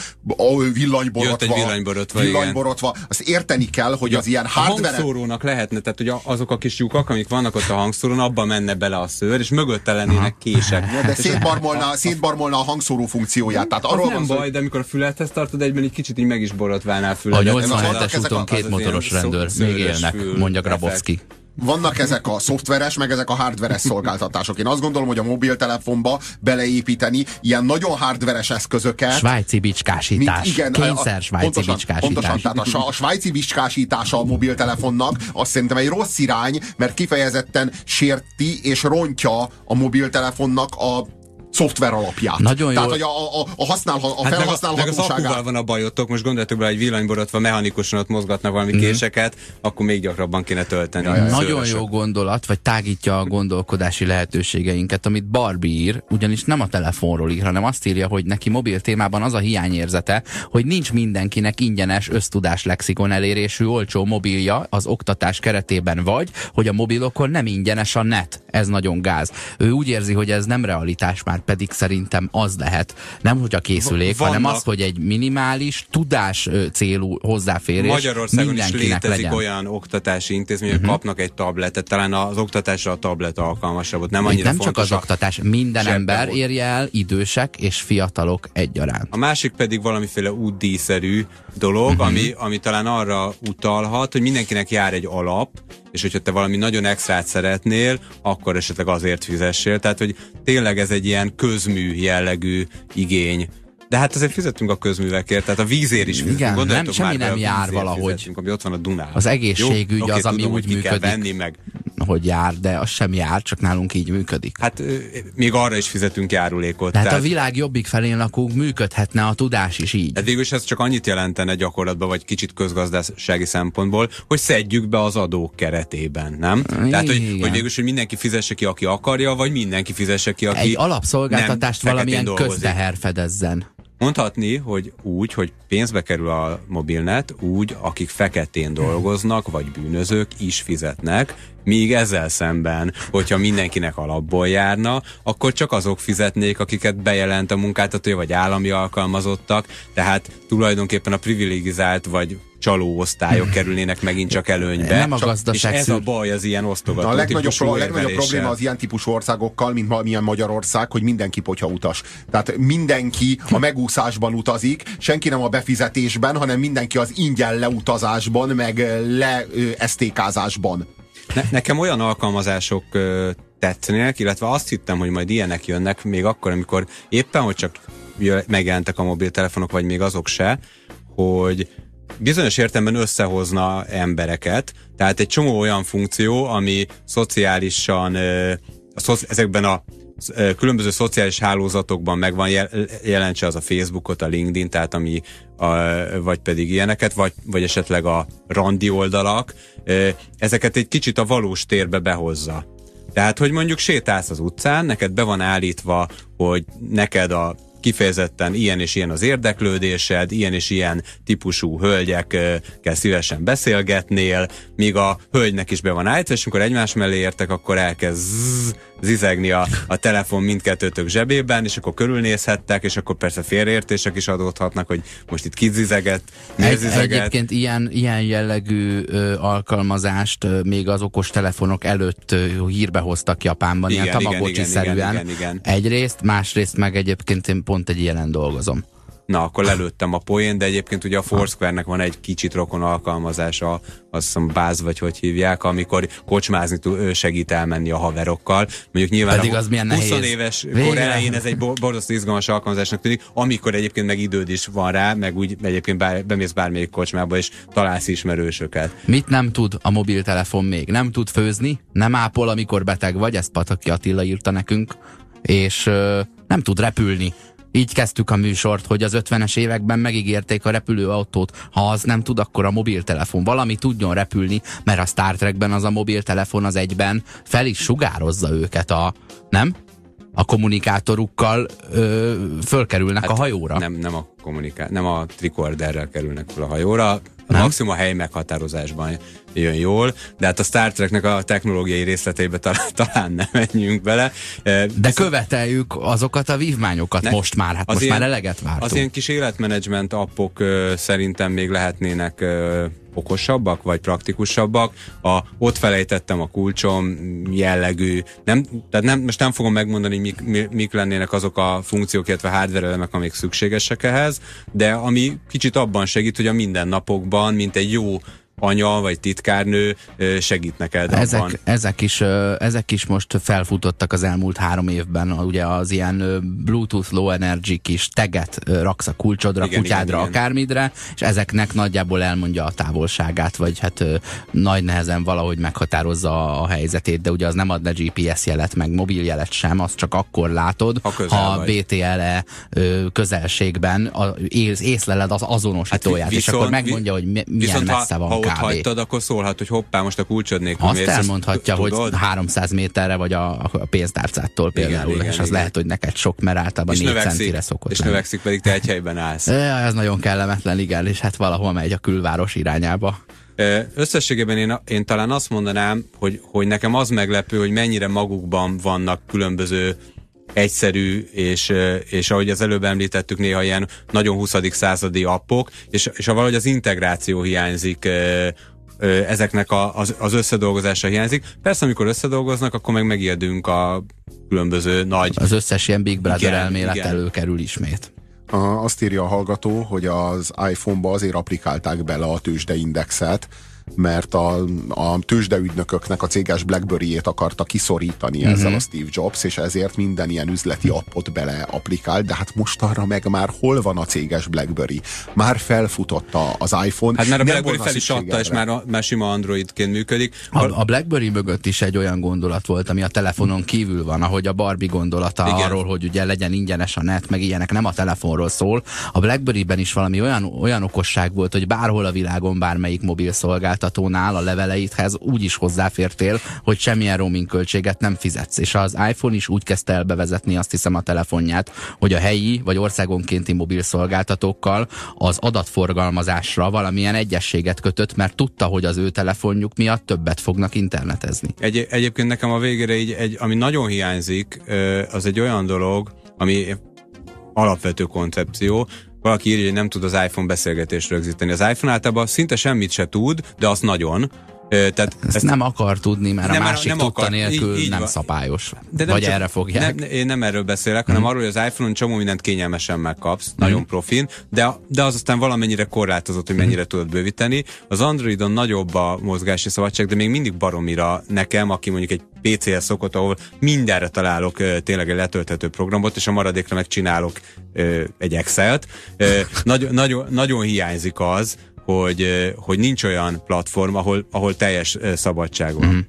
villanyborotva. Azt érteni kell, hogy az ilyen hardware... A hangszórónak lehetne, tehát hogy azok a kis lyukak, amik vannak ott a hangszórón, abban menne bele a szőr, és mögötte lennének kések. De szétbarmolna a hangszóró funkcióját. Tehát arról nem baj, de amikor a füledhez tartod egyben, egy kicsit így meg is borotválnál a füledet. 87-es úton 2 motoros rendőr még élnek, mondja Grabowski. Vannak ezek a szoftveres, meg ezek a hardveres szolgáltatások. Én azt gondolom, hogy a mobiltelefonba beleépíteni ilyen nagyon hardveres eszközöket. Svájci bicskásítás. Kényszer svájci bicskásítás. Pontosan, tehát a svájci bicskásítása a mobiltelefonnak azt szerintem egy rossz irány, mert kifejezetten sérti és rontja a mobiltelefonnak a szoftver alapját. Nagyon tehát, hogy a felhasználhatóságát. Meg az akuval van a bajotok, most gondoljatok bele, hogy villanyborotva mechanikusan ott mozgatnak valami késeket, akkor még gyakrabban kéne tölteni. Nagyon jó gondolat, vagy tágítja a gondolkodási lehetőségeinket, amit Barbie ír, ugyanis nem a telefonról ír, hanem azt írja, hogy neki mobil témában az a hiányérzete, hogy nincs mindenkinek ingyenes össztudás lexikon elérésű olcsó mobilja az oktatás keretében, vagy hogy a mobilokon nem ingyenes a net. Ez nagyon gáz. Ő úgy érzi, hogy ez nem realitás, már pedig szerintem az lehet. Nem, hogy a készülék, hanem az, hogy egy minimális tudás célú hozzáférés Magyarországon is létezik legyen. olyan oktatási intézmény, hogy kapnak egy tabletet, talán az oktatásra a tablet alkalmasabb volt. Nem annyira nem csak az oktatás, minden ember volt. érje el, idősek és fiatalok egyaránt. A másik pedig valamiféle útdíjszerű dolog, ami talán arra utalhat, hogy mindenkinek jár egy alap, és hogyha te valami nagyon extrát szeretnél, akkor esetleg azért fizessél. Tehát, hogy tényleg ez egy ilyen közmű jellegű igény. De hát azért fizetünk a közművekért, tehát a vízért is fizetünk. Igen, semmi nem jár valahogy. Ami ott van a Dunán. Az egészségügy jó, az, ami tudom, úgy működik, venni, meg. hogy jár, de az sem jár, csak nálunk így működik. Hát még arra is fizetünk járulékot. Tehát a világ jobbik felén lakók, működhetne a tudás is így. Hát végülis ez csak annyit jelentene gyakorlatban, vagy kicsit közgazdasági szempontból, hogy szedjük be az adók keretében, nem? Tehát, hogy végülis, hogy mindenki fizesse ki, aki akarja, vagy mindenki fizesse ki, aki egy alapszolgáltatást valamilyen közteher fedezzen. Mondhatni, hogy úgy, hogy pénzbe kerül a mobilnet, úgy, akik feketén dolgoznak, vagy bűnözők is fizetnek, míg ezzel szemben, hogyha mindenkinek alapból járna, akkor csak azok fizetnék, akiket bejelent a munkáltatója, vagy állami alkalmazottak, tehát tulajdonképpen a privilegizált, vagy csaló osztályok kerülnének megint csak előnybe. Nem a gazdaság és ez a baj az ilyen osztogató. A legnagyobb probléma az ilyen típusú országokkal, mint milyen Magyarország, hogy mindenki potyautas. Tehát mindenki a megúszásban utazik, senki nem a befizetésben, hanem mindenki az ingyen leutazásban, meg leesztékázásban. Nekem olyan alkalmazások tetszenének, illetve azt hittem, hogy majd ilyenek jönnek még akkor, amikor éppen, hogy csak megjelentek a mobiltelefonok, vagy még azok se, hogy bizonyos értelemben összehozna embereket, tehát egy csomó olyan funkció, ami szociálisan ezekben a különböző szociális hálózatokban megvan, jelentse az a Facebookot, a LinkedIn, tehát vagy pedig ilyeneket, vagy esetleg a randi oldalak, ezeket egy kicsit a valós térbe behozza. Tehát, hogy mondjuk sétálsz az utcán, neked be van állítva, hogy neked a kifejezetten ilyen és ilyen az érdeklődésed, ilyen és ilyen típusú hölgyekkel szívesen beszélgetnél, míg a hölgynek is be van állítva, és amikor egymás mellé értek, akkor elkezd zizegni a telefon mindkettőtök zsebében, és akkor körülnézhettek, és akkor persze félreértések is adódhatnak, hogy most itt ki zizeget, miért zizeget. Egyébként ilyen jellegű alkalmazást még az okos telefonok előtt hírbe hoztak Japánban, ilyen Tamagotchi-szerűen. Igen. Egyrészt, másrészt meg egyébként én pont egy ilyen dolgozom. Na, akkor lelőttem a poén, de egyébként ugye a Foursquare-nek van egy kicsit rokon alkalmazása, azt hiszem Buzz, vagy hogy hívják, amikor kocsmázni segít elmenni a haverokkal. Mondjuk nyilván pedig az 20 éves kor elején ez egy borzasztó izgalmas alkalmazásnak tűnik, amikor egyébként meg időd is van rá, meg úgy egyébként bemész bármelyik kocsmába, és találsz ismerősöket. Mit nem tud a mobiltelefon még? Nem tud főzni, nem ápol, amikor beteg vagy, ezt Pataki Attila írta nekünk, és nem tud repülni. Így kezdtük a műsort, hogy az 50-es években megígérték a repülőautót. Ha az nem tud, akkor a mobiltelefon valami tudjon repülni, mert a Star Trekben az a mobiltelefon az egyben fel is sugározza őket a kommunikátorukkal fölkerülnek a hajóra. Nem a tricorderrel kerülnek fel a hajóra, maximum a hely meghatározásban jön jól, de hát a Star Treknek a technológiai részleteibe talán nem menjünk bele. De követeljük azokat a vívmányokat most már, hát most már eleget vártunk. Az ilyen kis életmenedzsment appok szerintem még lehetnének okosabbak, vagy praktikusabbak. Ott felejtettem a kulcsom jellegű, most nem fogom megmondani, mik lennének azok a funkciók, illetve hardware elemek, amik szükségesek ehhez, de ami kicsit abban segít, hogy a mindennapokban, mint egy jó anya vagy titkárnő segít neked abban. Ezek is most felfutottak az elmúlt 3 évben, ugye az ilyen Bluetooth Low Energy kis taget raksz a kulcsodra, kutyádra, akármidre, és ezeknek nagyjából elmondja a távolságát, vagy hát nagy nehezen valahogy meghatározza a helyzetét, de ugye az nem ad le GPS jelet, meg mobiljelet sem, azt csak akkor látod, ha BTLE közelségben észleled az azonosítóját, és akkor megmondja, hogy milyen messze van. Ha ott hagytad, akkor szólhat, hogy hoppá, most a kulcsod nélkül azt elmondhatja, hogy 300 méterre vagy a pénztárcától például, és az lehet, hogy neked sok, mert általában 4 centire szokott és növekszik, pedig te egy helyben állsz. Ez nagyon kellemetlen, igen, és hát valahol megy a külváros irányába. Összességében én talán azt mondanám, hogy nekem az meglepő, hogy mennyire magukban vannak különböző egyszerű, és ahogy az előbb említettük, néha ilyen nagyon 20. századi appok, és valahogy az integráció hiányzik, ezeknek az összedolgozása hiányzik. Persze, amikor összedolgoznak, akkor megijedünk a különböző nagy... Az összes ilyen Big Brother elmélet előkerül ismét. Azt írja a hallgató, hogy az iPhone-ba azért applikálták bele a tőzsdeindexet, mert a tőzsdeügynököknek a céges BlackBerry-jét akarta kiszorítani ezzel a Steve Jobs, és ezért minden ilyen üzleti appot bele applikált, de hát mostanra meg már hol van a céges BlackBerry? Már felfutott az iPhone. Hát mert a BlackBerry fel is adta, és már sima Androidként működik. A BlackBerry mögött is egy olyan gondolat volt, ami a telefonon kívül van, ahogy a Barbie gondolata arról, hogy ugye legyen ingyenes a net, meg ilyenek, nem a telefonról szól. A BlackBerry-ben is valami olyan okosság volt, hogy bárhol a világon, bármelyik mobil szolgáltatónál a leveleidhez úgy is hozzáfértél, hogy semmilyen roaming költséget nem fizetsz. És az iPhone is úgy kezdte el bevezetni, azt hiszem, a telefonját, hogy a helyi vagy országonkénti mobil szolgáltatókkal az adatforgalmazásra valamilyen egyességet kötött, mert tudta, hogy az ő telefonjuk miatt többet fognak internetezni. Egyébként nekem a végére így ami nagyon hiányzik, az egy olyan dolog, ami alapvető koncepció. Valaki írja, hogy nem tud az iPhone beszélgetést rögzíteni. Az iPhone általában szinte semmit se tud, de azt nagyon. Tehát ezt nem akar tudni, mert a másik tudta nélkül így nem van. Szabályos. De nem vagy erre fogják. Én nem erről beszélek, hanem arról, hogy az iPhone-on csomó mindent kényelmesen megkapsz, nagyon profin, de az aztán valamennyire korlátozott, hogy mennyire tudod bővíteni. Az Androidon nagyobb a mozgási szabadság, de még mindig baromira nekem, aki mondjuk egy PC-hez szokott, ahol mindenre találok tényleg egy letölthető programot, és a maradékra megcsinálok egy Excel-t. Nagyon hiányzik az, hogy nincs olyan platform, ahol teljes szabadság van.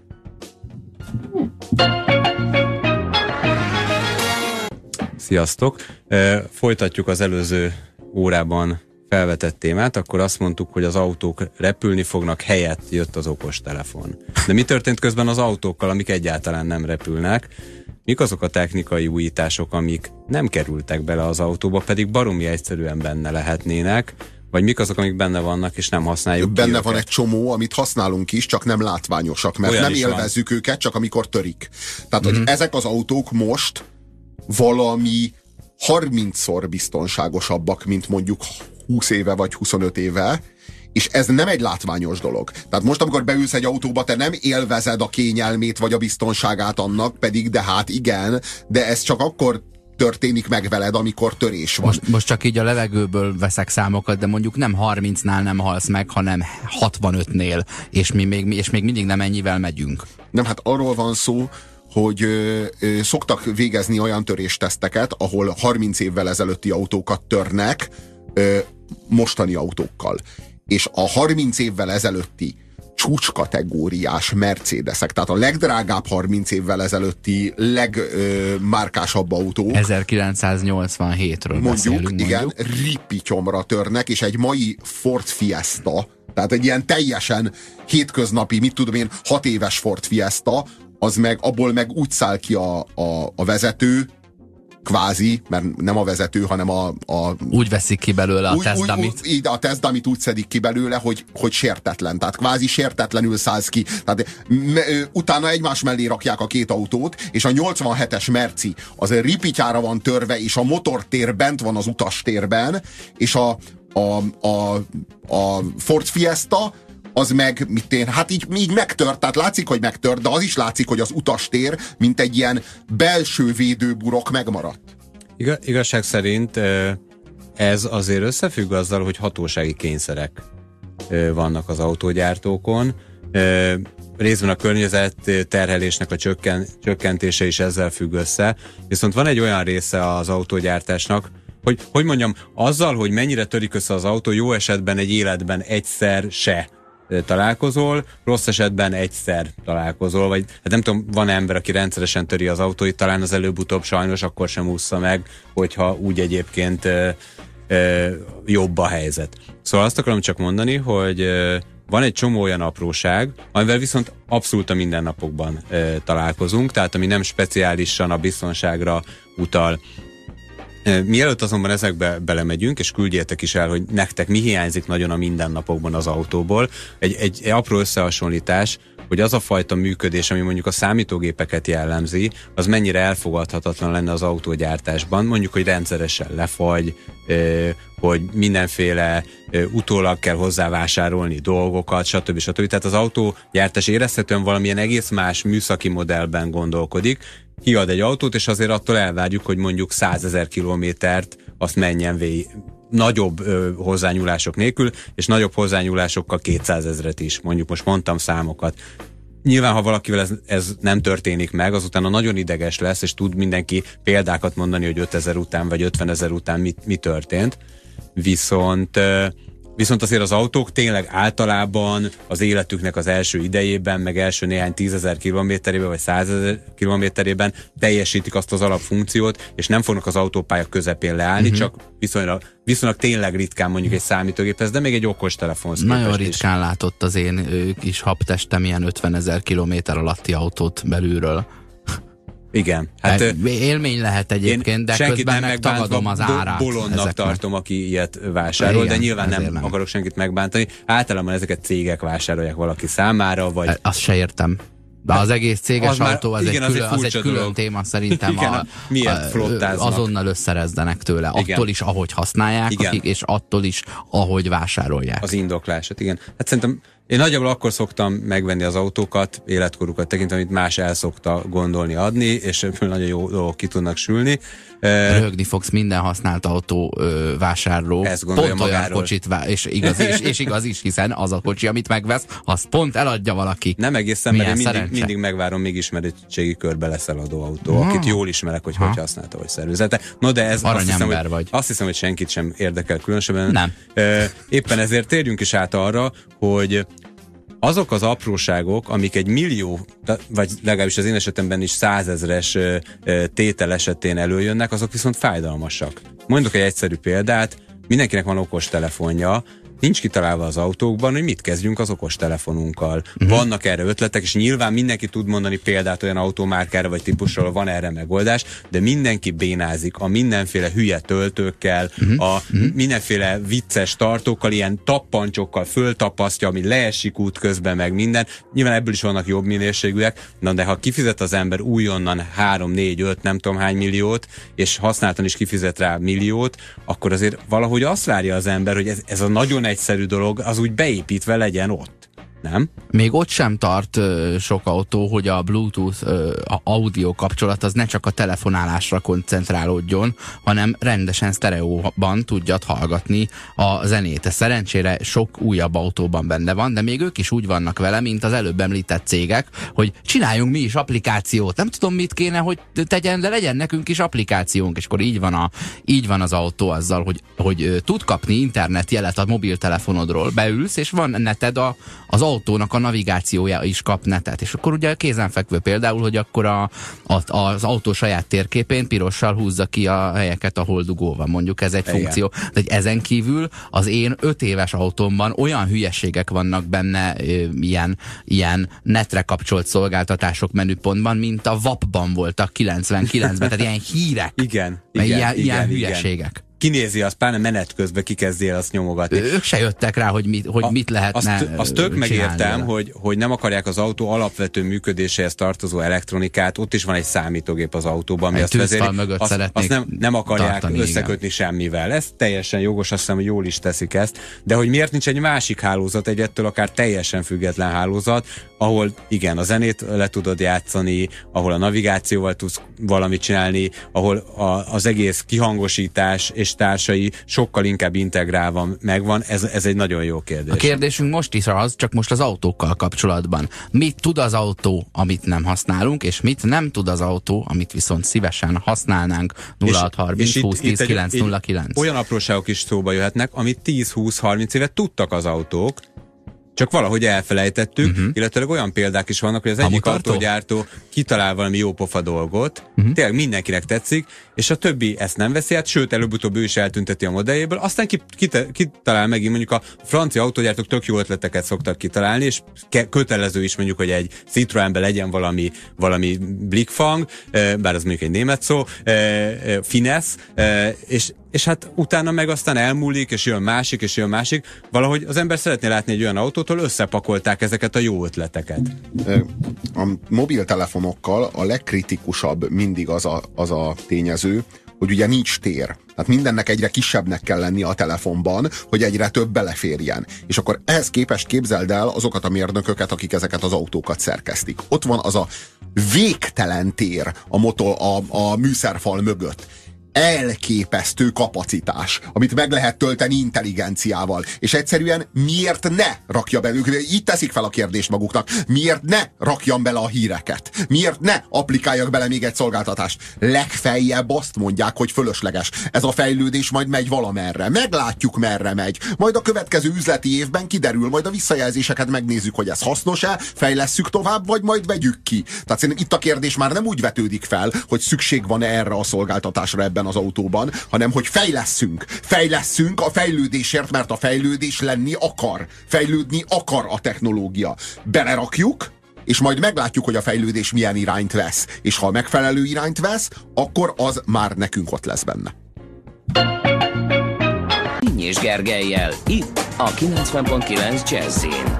Sziasztok! Folytatjuk az előző órában felvetett témát, akkor azt mondtuk, hogy az autók repülni fognak, helyett jött az okostelefon. De mi történt közben az autókkal, amik egyáltalán nem repülnek? mik azok a technikai újítások, amik nem kerültek bele az autóba, pedig baromi egyszerűen benne lehetnének, vagy mik azok, amik benne vannak, és nem használjuk benne ki van őket. egy csomó, amit használunk is, csak nem látványosak, mert Olyan nem is élvezzük őket, csak amikor törik. Tehát, hogy ezek az autók most valami 30-szor biztonságosabbak, mint mondjuk 20 éve vagy 25 éve, és ez nem egy látványos dolog. Tehát most, amikor beülsz egy autóba, te nem élvezed a kényelmét vagy a biztonságát annak, pedig de hát igen, de ez csak akkor történik meg veled, amikor törés van. Most csak így a levegőből veszek számokat, de mondjuk nem 30-nál nem halsz meg, hanem 65-nél, és még mindig nem ennyivel megyünk. Nem, hát arról van szó, hogy szoktak végezni olyan törésteszteket, ahol 30 évvel ezelőtti autókat törnek mostani autókkal. És a 30 évvel ezelőtti csúcskategóriás Mercedesek, tehát a legdrágább 30 évvel ezelőtti legmárkásabb autók, 1987-ről beszélünk, igen, ripityomra törnek, és egy mai Ford Fiesta, tehát egy ilyen teljesen hétköznapi, mit tudom én, 6 éves Ford Fiesta, az meg, abból meg úgy száll ki a vezető, kvázi, mert nem a vezető, hanem úgy veszik ki belőle a tesztdumit. A tesztdumit úgy szedik ki belőle, hogy sértetlen. Tehát kvázi sértetlenül szállsz ki. Tehát utána egymás mellé rakják a két autót, és a 87-es Merci az ripityára van törve, és a motortér bent van az utastérben, és a Ford Fiesta az meg, hát így megtört, tehát látszik, hogy megtört, de az is látszik, hogy az utastér, mint egy ilyen belső védőburok megmaradt. Igazság szerint ez azért összefügg azzal, hogy hatósági kényszerek vannak az autógyártókon. Részben a környezet terhelésnek a csökkentése is ezzel függ össze. Viszont van egy olyan része az autógyártásnak, hogy mondjam, azzal, hogy mennyire törik össze az autó, jó esetben egy életben egyszer se találkozol, rossz esetben egyszer találkozol, vagy hát nem tudom, van ember, aki rendszeresen töri az autóit, talán az előbb-utóbb sajnos akkor sem ússza meg, hogyha úgy egyébként jobb a helyzet. Szóval azt akarom csak mondani, hogy van egy csomó olyan apróság, amivel viszont abszolút a mindennapokban találkozunk, tehát ami nem speciálisan a biztonságra utal. Mielőtt azonban ezekbe belemegyünk, és küldjétek is el, hogy nektek mi hiányzik nagyon a mindennapokban az autóból, egy apró összehasonlítás, hogy az a fajta működés, ami mondjuk a számítógépeket jellemzi, az mennyire elfogadhatatlan lenne az autógyártásban. Mondjuk, hogy rendszeresen lefagy, hogy mindenféle utólag kell hozzávásárolni dolgokat, stb. Tehát az autógyártás érezhetően valamilyen egész más műszaki modellben gondolkodik. Kiad egy autót, és azért attól elvárjuk, hogy mondjuk 100 000 kilométert azt menjen végig nagyobb hozzányúlások nélkül, és nagyobb hozzányúlásokkal 200 000 is. Mondjuk most mondtam számokat. Nyilván, ha valakivel ez nem történik meg, azután nagyon ideges lesz, és tud mindenki példákat mondani, hogy 5000 után vagy 50 000 után mi történt. Viszont azért az autók tényleg általában az életüknek az első idejében, meg első néhány 10 000 kilométerében, vagy 100 000 kilométerében teljesítik azt az alapfunkciót, és nem fognak az autópálya közepén leállni, csak viszonylag tényleg ritkán mondjuk egy számítógéphez, de még egy okostelefonhoz képest nagyon is. ritkán látott az én kis habtestem ilyen 50 000 kilométer alatti autót belülről. Igen. Hát, élmény lehet egyébként, de közben meg tagadom az árát. Bolondnak tartom, aki ilyet vásárol, igen, de nyilván nem akarok senkit megbántani. Általában ezeket cégek vásárolják valaki számára, vagy... Azt se értem. De az egész céges autó, az egy külön téma szerintem. Igen, miért flottáznak? Azonnal összerezdenek tőle. Igen. Attól is, ahogy használják, akik, és attól is, ahogy vásárolják. Az indoklását, igen. Hát szerintem én nagyjából akkor szoktam megvenni az autókat, életkorukat tekintve, amit más el szokta gondolni adni, és ebből nagyon jó dolgok ki tudnak sülni. Röhögni fogsz, minden használt autó vásárló pont olyan kocsit és igaz is, hiszen az a kocsi, amit megvesz, az pont eladja valaki. Nem egészen, mert én mindig megvárom, még ismeretségi körbe lesz eladó autó, akit jól ismerek, hogy használta, vagy szervezete. No, de ez azt hiszem, hogy senkit sem érdekel különösebben. Nem. Éppen ezért térjünk is át arra, hogy azok az apróságok, amik egy millió, vagy legalábbis az én esetemben is 100 000-es tétel esetén előjönnek, azok viszont fájdalmasak. Mondok egy egyszerű példát, mindenkinek van okostelefonja, nincs kitalálva az autókban, hogy mit kezdjünk az okostelefonunkkal. Vannak erre ötletek, és nyilván mindenki tud mondani példát olyan automárkára vagy típusról, van erre megoldás, de mindenki bénázik a mindenféle hülye töltőkkel, a mindenféle vicces tartókkal, ilyen tappancsokkal föltapasztja, ami leesik útközben, meg minden. Nyilván ebből is vannak jobb minőségűek, de ha kifizet az ember újonnan 3, 4, 5, nem tudom hány milliót, és használtan is kifizet rá milliót, akkor azért valahogy azt várja az ember, hogy ez a nagyon egyszerű dolog, az úgy beépítve legyen ott. Nem? Még ott sem tart sok autó, hogy a Bluetooth audio kapcsolat az ne csak a telefonálásra koncentrálódjon, hanem rendesen sztereóban tudjad hallgatni a zenét. Ez szerencsére sok újabb autóban benne van, de még ők is úgy vannak vele, mint az előbb említett cégek, hogy csináljunk mi is applikációt. Nem tudom, mit kéne, hogy tegyen, de legyen nekünk is applikációnk, és akkor így van az autó azzal, hogy tud kapni internetjelet a mobiltelefonodról, beülsz, és van neted az autónak a navigációja is kap netet. És akkor ugye kézenfekvő például, hogy akkor az autó saját térképén pirossal húzza ki a helyeket, ahol dugó van. Mondjuk ez egy funkció. De ezen kívül az én 5 éves autómban olyan hülyeségek vannak benne ilyen netre kapcsolt szolgáltatások menüpontban, mint a VAP-ban voltak 99-ben. Tehát ilyen hírek. Ilyen hülyeségek. Kinézi azt, pláne menet közben kikezdi el azt nyomogatni. Ők se jöttek rá, hogy mit lehetne azt tök megértem, hogy nem akarják az autó alapvető működéséhez tartozó elektronikát, ott is van egy számítógép az autóban, ami azt vezéri, azt nem akarják összekötni semmivel. Ez teljesen jogos, azt hiszem, hogy jól is teszik ezt, de hogy miért nincs egy másik hálózat, egy ettől akár teljesen független hálózat, ahol igen, a zenét le tudod játszani, ahol a navigációval tudsz valamit csinálni, ahol az egész kihangosítás és társai sokkal inkább integrálva megvan, ez egy nagyon jó kérdés. A kérdésünk most is az, csak most az autókkal kapcsolatban. Mit tud az autó, amit nem használunk, és mit nem tud az autó, amit viszont szívesen használnánk? 0630 20 10 909. Olyan apróságok is szóba jöhetnek, amit 10-20-30 évet tudtak az autók, csak valahogy elfelejtettük, illetve olyan példák is vannak, hogy az egyik autógyártó kitalál valami jópofa dolgot, tényleg mindenkinek tetszik, és a többi ezt nem veszi át, sőt, előbb-utóbb ő is eltünteti a modelljéből, aztán kitalál megint, mondjuk a francia autógyártók tök jó ötleteket szoktak kitalálni, és kötelező is mondjuk, hogy egy Citroenben legyen valami blikfang, bár az mondjuk egy német szó, finesz, és hát utána meg aztán elmúlik, és jön másik, valahogy az ember szeretné látni egy olyan autótól, összepakolták ezeket a jó ötleteket. A mobiltelefonokkal a legkritikusabb mindig az a tényező, hogy ugye nincs tér. Tehát mindennek egyre kisebbnek kell lennie a telefonban, hogy egyre több beleférjen. És akkor ehhez képest képzeld el azokat a mérnököket, akik ezeket az autókat szerkesztik. Ott van az a végtelen tér a műszerfal mögött. Elképesztő kapacitás, amit meg lehet tölteni intelligenciával. És egyszerűen miért ne rakja be, így teszik fel a kérdést maguknak, miért ne rakjam bele a híreket? Miért ne applikáljak bele még egy szolgáltatást? Legfeljebb azt mondják, hogy fölösleges. Ez a fejlődés majd megy valamerre. Meglátjuk, merre megy. Majd a következő üzleti évben kiderül, majd a visszajelzéseket megnézzük, hogy ez hasznos-e, fejlesszük tovább, vagy majd vegyük ki. Tehát szerintem itt a kérdés már nem úgy vetődik fel, hogy szükség van erre a szolgáltatásra ebben az autóban, hanem hogy fejlesszünk a fejlődésért, mert a fejlődés lenni akar. Fejlődni akar a technológia. Belerakjuk, és majd meglátjuk, hogy a fejlődés milyen irányt vesz. És ha megfelelő irányt vesz, akkor az már nekünk ott lesz benne. Kínnyés Gergellyel, itt a 90.9 Jazzin.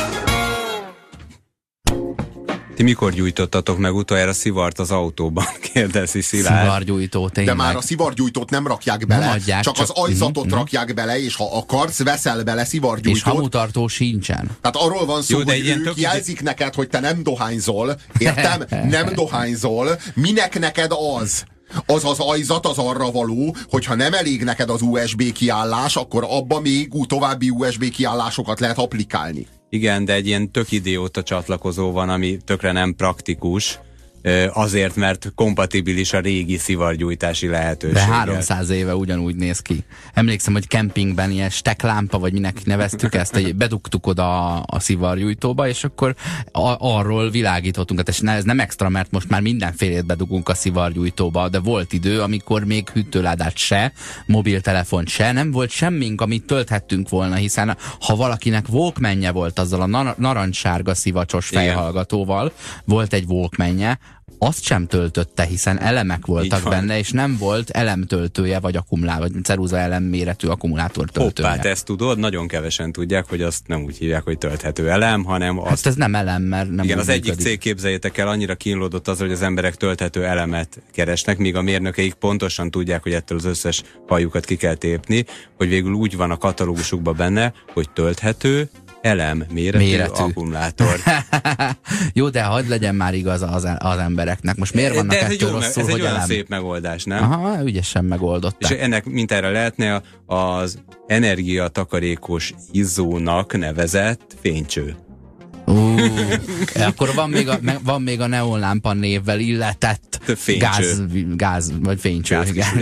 Ti mikor gyújtottatok meg utoljára szivart az autóban? Kérdezi Szilárd. Szivargyújtó, tényleg. De már a szivargyújtót nem rakják bele, adják, csak az ajzatot rakják bele, és ha akarsz, veszel bele szivargyújtót. És hamutartó sincsen. Tehát arról van szó, hogy ők jelzik neked, hogy te nem dohányzol. Értem? Nem dohányzol. Minek neked az? Az ajzat az arra való, hogyha nem elég neked az USB kiállás, akkor abba még további USB kiállásokat lehet applikálni. Igen, de egy ilyen tök idióta csatlakozó van, ami tökre nem praktikus, azért, mert kompatibilis a régi szivargyújtási lehetőséggel. De 300 éve ugyanúgy néz ki. Emlékszem, hogy kempingben ilyen steklámpa, vagy minek neveztük ezt, hogy bedugtuk oda a szivargyújtóba, és akkor arról világítottunk. Hát ez nem extra, mert most már mindenfélét bedugunk a szivargyújtóba, de volt idő, amikor még hűtőládát se, mobiltelefont se, nem volt semmink, amit tölthettünk volna, hiszen ha valakinek Walkmanje volt azzal a narancssárga szivacsos fejhallgatóval, volt egy Walkmanje, azt sem töltötte, hiszen elemek voltak benne, és nem volt elemtöltője, vagy akkumulátor, vagy ceruza elem méretű akkumulátor töltője. Hoppá, te ezt tudod? Nagyon kevesen tudják, hogy azt nem úgy hívják, hogy tölthető elem, hanem azt... Hát ez nem elem, mert nem. Igen, az egyik cég, képzeljétek el, annyira kínlódott az, hogy az emberek tölthető elemet keresnek, míg a mérnökeik pontosan tudják, hogy ettől az összes hajukat ki kell tépni, hogy végül úgy van a katalógusukban benne, hogy tölthető elem méretű akkumulátor. Jó, de hadd legyen már igaz az embereknek. Most miért vannak ettől rosszul, ez hogy egy olyan elem? szép megoldás, nem? Aha, ügyesen megoldották. És ennek mintára lehetne az energiatakarékos izzónak nevezett fénycső. Akkor van még a neonlámpa névvel illetett gáz vagy fénycső.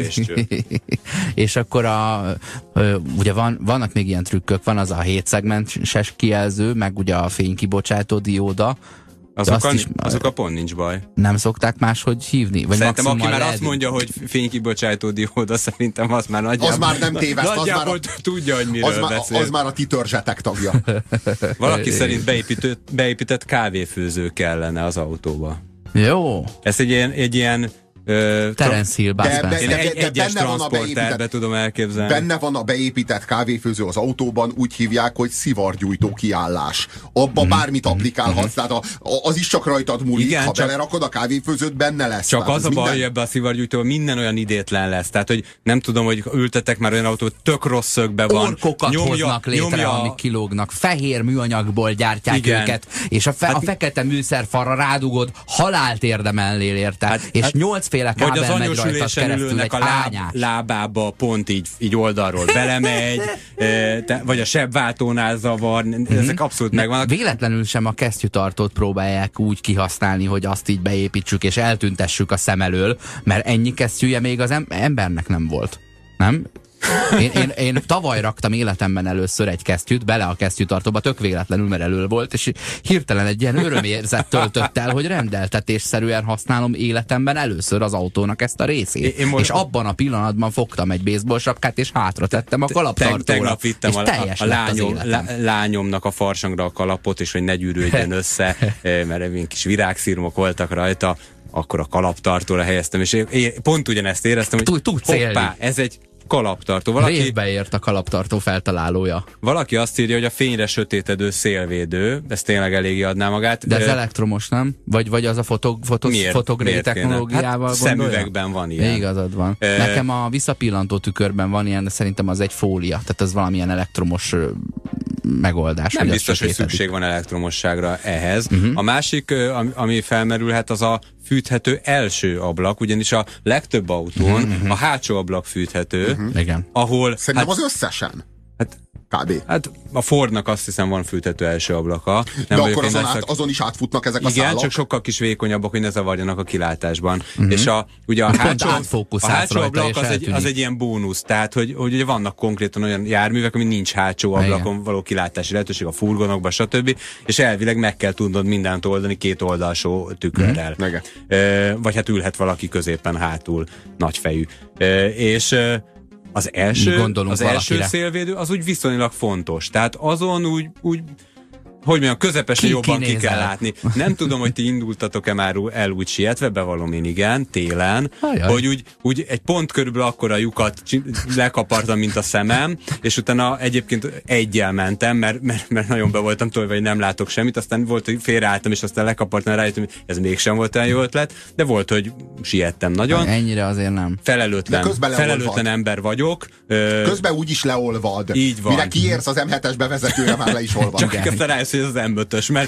És akkor ugye vannak még ilyen trükök, van az a 7 szegmenses kijelző, meg ugye a fénykibocsátó dióda. Azokkal pont nincs baj. Nem szokták máshogy hívni? Vagy szerintem aki már azt mondja, hogy fénykibocsátó dióda, szerintem az már nagyjából... Az már nem téveszt. Nagyjából tudja, hogy miről beszél. Az már a ti törzsetek tagja. Valaki szerint beépített kávéfőző kellene az autóba. Jó. Ez egy ilyen Terence Hill, egyes transzporterbe tudom elképzelni. Benne van a beépített kávéfőző az autóban, úgy hívják, hogy szivargyújtó kiállás. Abba bármit applikálhatsz, tehát az is csak rajtad múlik. Igen, ha belerakod a kávéfőzőt, benne lesz. Csak az a baj, hogy ebbe a szivargyújtóban minden olyan idétlen lesz. Tehát, hogy nem tudom, hogy ültetek már olyan autót, tök rossz szögbe van. Orkokat hoznak létre, amik kilógnak. Fehér műanyagból gyártják őket, és a fekete műszerfalra rádugod, halált érdemelnél érte. És 8 vagy az anyósülésen ülőnek a lábába pont így oldalról belemegy, vagy a sebváltónál zavar, ezek abszolút megvannak. Véletlenül sem a kesztyűtartót próbálják úgy kihasználni, hogy azt így beépítsük és eltüntessük a szem elől, mert ennyi kesztyűje még az embernek nem volt. Nem? Én tavaly raktam életemben először egy kesztyűt bele a kesztyűtartóba, tök véletlenül, mert elől volt, és hirtelen egy ilyen örömérzet töltött el, hogy rendeltetésszerűen használom életemben először az autónak ezt a részét. És abban a pillanatban fogtam egy baseball sapkát, és hátra tettem a kalaptartóra. Tegnap vittem a lányomnak a farsangra a kalapot, és hogy ne gyűrődjön össze, mert ilyen kis virágszirmok voltak rajta, akkor a kalaptartóra helyeztem, és én pont ugyanezt éreztem, hogy hoppá, ez egy kalaptartó. Révbe ért a kalaptartó feltalálója. Valaki azt írja, hogy a fényre sötétedő szélvédő, ez tényleg eléggé adná magát. De ez elektromos, nem? Vagy az a fotogré technológiával hát szemüvegben van ilyen. Igazad van. Nekem a visszapillantó tükörben van ilyen, de szerintem az egy fólia. Tehát ez valamilyen elektromos megoldás. Nem biztos, hogy szükség van elektromosságra ehhez. A másik, ami felmerülhet, az a fűthető első ablak, ugyanis a legtöbb autón a hátsó ablak fűthető, ahol... Szerintem az összesen. Kb. Hát a Fordnak azt hiszem van fűthető első ablaka. De akkor azon is átfutnak ezek a szálak? Igen, csak sokkal kis vékonyabbak, hogy ne zavarjanak a kilátásban. És ugye a hátsó ablak az egy ilyen bónusz, tehát hogy ugye vannak konkrétan olyan járművek, ami nincs hátsó ablakon való kilátási lehetőség, a furgonokban, stb. És elvileg meg kell tudnod mindent oldani két oldalsó tükörrel. Vagy hát ülhet valaki középen hátul, nagyfejű. És az első szélvédő az úgy viszonylag fontos. Tehát azon úgy hogy mondjam, közepesen jobban ki kell látni. Nem tudom, hogy ti indultatok-e már el úgy sietve, bevallom én igen, télen, hogy úgy egy pont körülbelül akkora lyukat lekapartam, mint a szemem, és utána egyébként egyel mentem, mert nagyon be voltam tolva, hogy nem látok semmit, aztán volt, hogy félreálltam, és aztán lekapartam, rájöttem, hogy ez mégsem volt olyan jó ötlet, de volt, hogy siettem nagyon. Ennyire azért nem. Felelőtlen ember vagyok. Közben úgyis leolvad. Így van. Mire kiérsz az M7-es bevezetőre, már le is olvad. Csak aztán rájössz, hogy ez az M5-ös, mert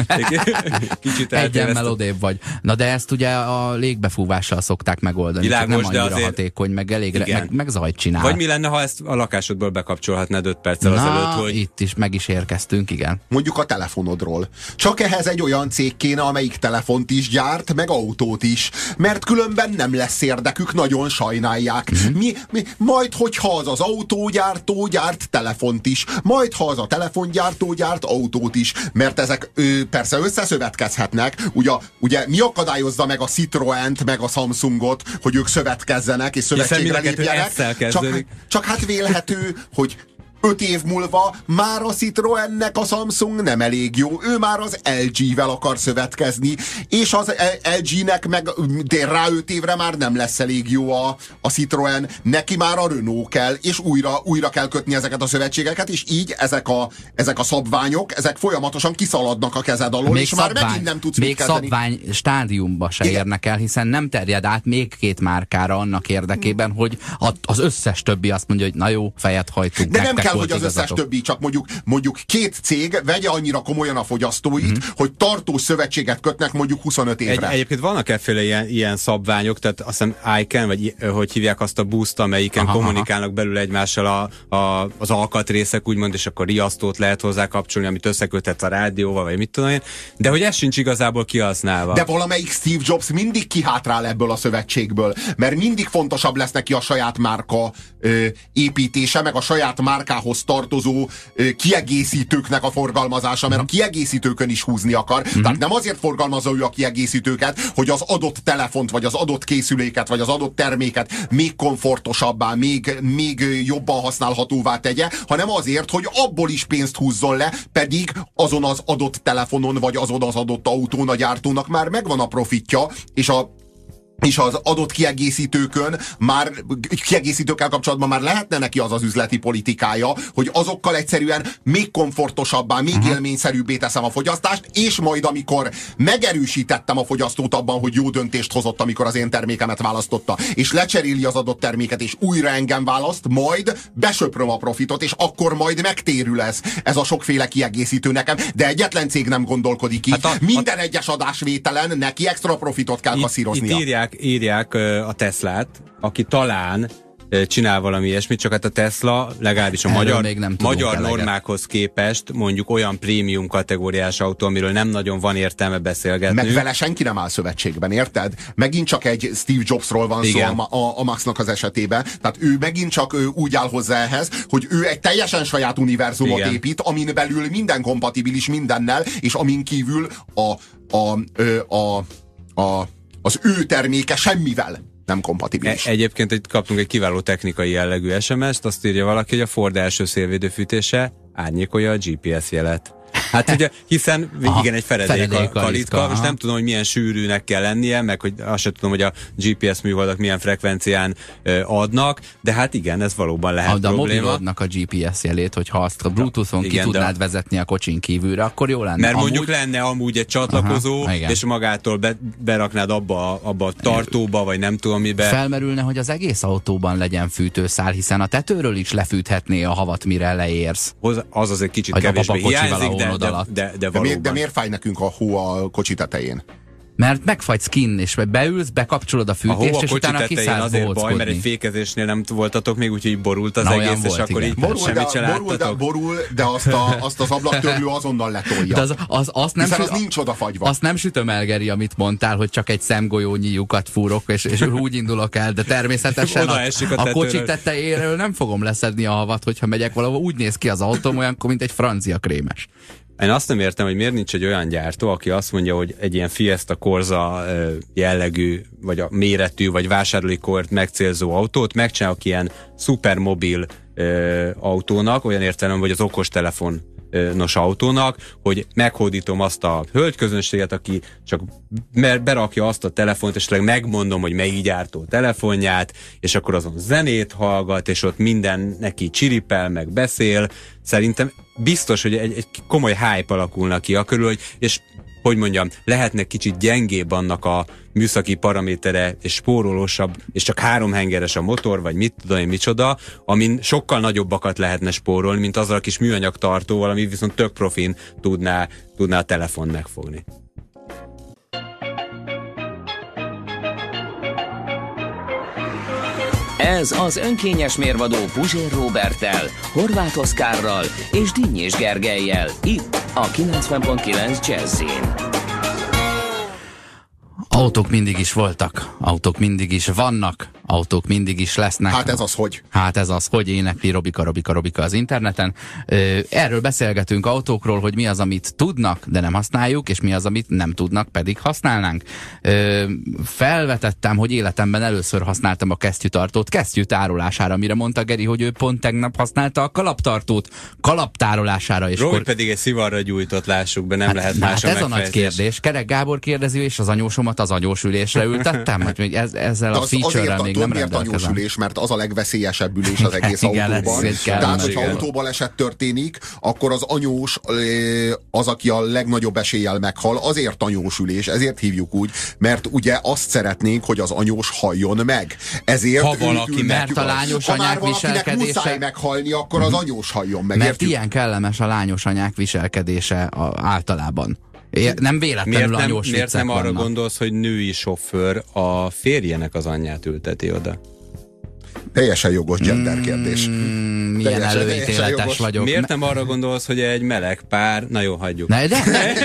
kicsit egyemmel odébb vagy. Na de ezt ugye a légbefúvással szokták megoldani. Világos, nem annyira de azért hatékony, meg elég meg zajt csinál. Vagy mi lenne, ha ezt a lakásodból bekapcsolhatnád 5 perccel azelőtt, hogy... itt is meg is érkeztünk, igen. Mondjuk a telefonodról. Csak ehhez egy olyan cég kéne, amelyik telefont is gyárt, meg autót is. Mert különben nem lesz érdekük, nagyon sajnálják. Majd, hogyha az autógyártó gyárt telefont is, majd, ha az a telefongyártó gyárt autót is, mert ezek persze összeszövetkezhetnek. Ugye mi akadályozza meg a Citroent, meg a Samsungot, hogy ők szövetkezzenek és szövetségre lépjenek? Csak hát vélhető, hogy 5 év múlva már a Citroennek a Samsung nem elég jó. Ő már az LG-vel akar szövetkezni, és az LG-nek meg rá 5 évre már nem lesz elég jó a Citroen. Neki már a Renault kell, és újra kell kötni ezeket a szövetségeket, és így ezek a szabványok, ezek folyamatosan kiszaladnak a kezed alól, és már megint nem tudsz mit kezdeni. Még szabvány stádiumba se érnek el, hiszen nem terjed át még 2 márkára annak érdekében, hogy az összes többi azt mondja, hogy na jó, fejet hajtunk. De nem kell, hogy az összes többi, csak mondjuk 2 cég vegye annyira komolyan a fogyasztóit, hogy tartós szövetséget kötnek mondjuk 25 évre. Egyébként vannak efféle ilyen szabványok, tehát azt hiszem ICANN, vagy hogy hívják azt a buszt, amelyiken kommunikálnak belül egymással az alkatrészek, úgymond, és akkor riasztót lehet hozzá kapcsolni, amit összeköthet a rádióval, vagy mit tudom én. De hogy ez sincs igazából kihasználva. De valamelyik Steve Jobs mindig kihátrál ebből a szövetségből, mert mindig fontosabb lesz neki a saját márka építése, meg a saját márkához tartozó kiegészítőknek a forgalmazása, mert a kiegészítőkön is húzni akar. Tehát nem azért forgalmazza ő a kiegészítőket, hogy az adott telefont, vagy az adott készüléket, vagy az adott terméket még komfortosabbá, még jobban használhatóvá tegye, hanem azért, hogy abból is pénzt húzzon le, pedig azon az adott telefonon, vagy azon az adott autón a gyártónak már megvan a profitja, és az adott kiegészítőkkel kapcsolatban már lehetne neki az üzleti politikája, hogy azokkal egyszerűen még komfortosabbá, még élményszerűbbé teszem a fogyasztást, és majd amikor megerősítettem a fogyasztót abban, hogy jó döntést hozott, amikor az én termékemet választotta, és lecseréli az adott terméket, és újra engem választ, majd besöpröm a profitot, és akkor majd megtérül ez a sokféle kiegészítő nekem, de egyetlen cég nem gondolkodik így. Minden egyes adásvételen neki extra profitot kell kasszíroznia. Írják a Teslát, aki talán csinál valami ilyesmit, csak hát a Tesla legalábbis a magyar normákhoz képest mondjuk olyan prémium kategóriás autó, amiről nem nagyon van értelme beszélgetni. Meg vele senki nem áll szövetségben, érted? Megint csak egy Steve Jobsról van szó a Maxnak az esetében. Tehát ő megint csak úgy áll hozzá ehhez, hogy ő egy teljesen saját univerzumot épít, amin belül minden kompatibilis mindennel, és amin kívül az ő terméke semmivel nem kompatibilis. Egyébként kaptunk egy kiváló technikai jellegű SMS-t, azt írja valaki, hogy a Ford első szélvédőfűtése árnyékolja a GPS jelet. Hát ugye, hiszen igen, egy feredék kalitka, most nem tudom, hogy milyen sűrűnek kell lennie, meg hogy azt sem tudom, hogy a GPS műholdak milyen frekvencián adnak, de hát igen, ez valóban lehet probléma. De a mobilodnak a GPS jelét, hogyha azt a Bluetooth-on ki tudnád vezetni a kocsin kívülre, akkor jó lenne. Mert mondjuk lenne amúgy egy csatlakozó, és magától beraknád abba a tartóba, vagy nem tudom mibe. Felmerülne, hogy az egész autóban legyen fűtőszál, hiszen a tetőről is lefűthetné a havat, mire leérsz. Az egy kicsit kevésbé hiányzik, de miért fáj nekünk a hó a kocsi tetején? Mert megfagy skin, és beülsz, bekapcsolod a fűtést, és utána kiszállsz azért baj, mert egy fékezésnél nem voltatok még, úgyhogy borult az egész, és akkor így semmit se láttatok. Borul, de azt az ablaktörlő azonnal letolja. Az nincs odafagyva. Azt nem sütöm el, Geri, amit mondtál, hogy csak egy szemgolyónyi lyukat fúrok, és úgy indulok el, de természetesen a kocsi tetejéről nem fogom leszedni a havat, hogyha megyek valahol. Úgy néz ki az autóm, olyankor, mint egy francia krémes. Én azt nem értem, hogy miért nincs egy olyan gyártó, aki azt mondja, hogy egy ilyen Fiesta Corsa jellegű, vagy a méretű, vagy vásárlói kort megcélzó autót megcsinálok ilyen szupermobil autónak, olyan értelemben, hogy az okostelefon autónak, hogy meghódítom azt a hölgyközönséget, aki csak berakja azt a telefont, és megmondom, hogy melyik gyártó telefonját, és akkor azon zenét hallgat, és ott minden neki csiripel, meg beszél. Szerintem biztos, hogy egy komoly hype alakulna ki a körül, és hogy mondjam, lehetne kicsit gyengébb annak a műszaki paramétere, és spórolósabb, és csak 3 hengeres a motor, vagy mit tudom én micsoda, amin sokkal nagyobbakat lehetne spórolni, mint azzal a kis műanyag tartóval, ami viszont tök profin tudná a telefon megfogni. Ez az önkényes mérvadó Puzsér Róberttel, Horváth Oszkárral és Dinnyés Gergellyel, itt a 90.9 Jazzin. Autók mindig is voltak, autók mindig is vannak, autók mindig is lesznek. Hát ez az hogy? Hát ez az, hogy énekli Robika az interneten. Erről beszélgetünk autókról, hogy mi az, amit tudnak, de nem használjuk, és mi az, amit nem tudnak, pedig használnánk. Felvetettem, hogy életemben először használtam a kesztyűtartót tárolására, mire mondta Geri, hogy ő pont tegnap használta a kalaptartót kalaptárolására. És Robi pedig egy szivarra gyújtott, lássuk be, nem lehet más a ez a nagy megfejezés. kérdés. Kerek Gábor kérdezi, és az anyósomat az anyósülésre ültettem, hogy ezzel a feature-rel még nem rendelkezem. Anyósülés, mert az a legveszélyesebb ülés az egész autóban. Tehát, hogyha autóban eset történik, akkor az anyós az, aki a legnagyobb eséllyel meghal, azért anyósülés, ezért hívjuk úgy, mert ugye azt szeretnénk, hogy az anyós halljon meg. Ezért ha valaki, mert a lányos anyák viselkedése... muszáj meghalni, akkor az anyós halljon meg. Mert ilyen kellemes a lányos anyák viselkedése általában. Nem véletlenül anyós viccek miért nem arra vannak. gondolsz, hogy női sofőr a férjének az anyját ülteti oda? Teljesen jogos gender kérdés. Milyen előítéletes vagyok. Miért nem arra gondolsz, hogy egy meleg pár... Na jó, hagyjuk. De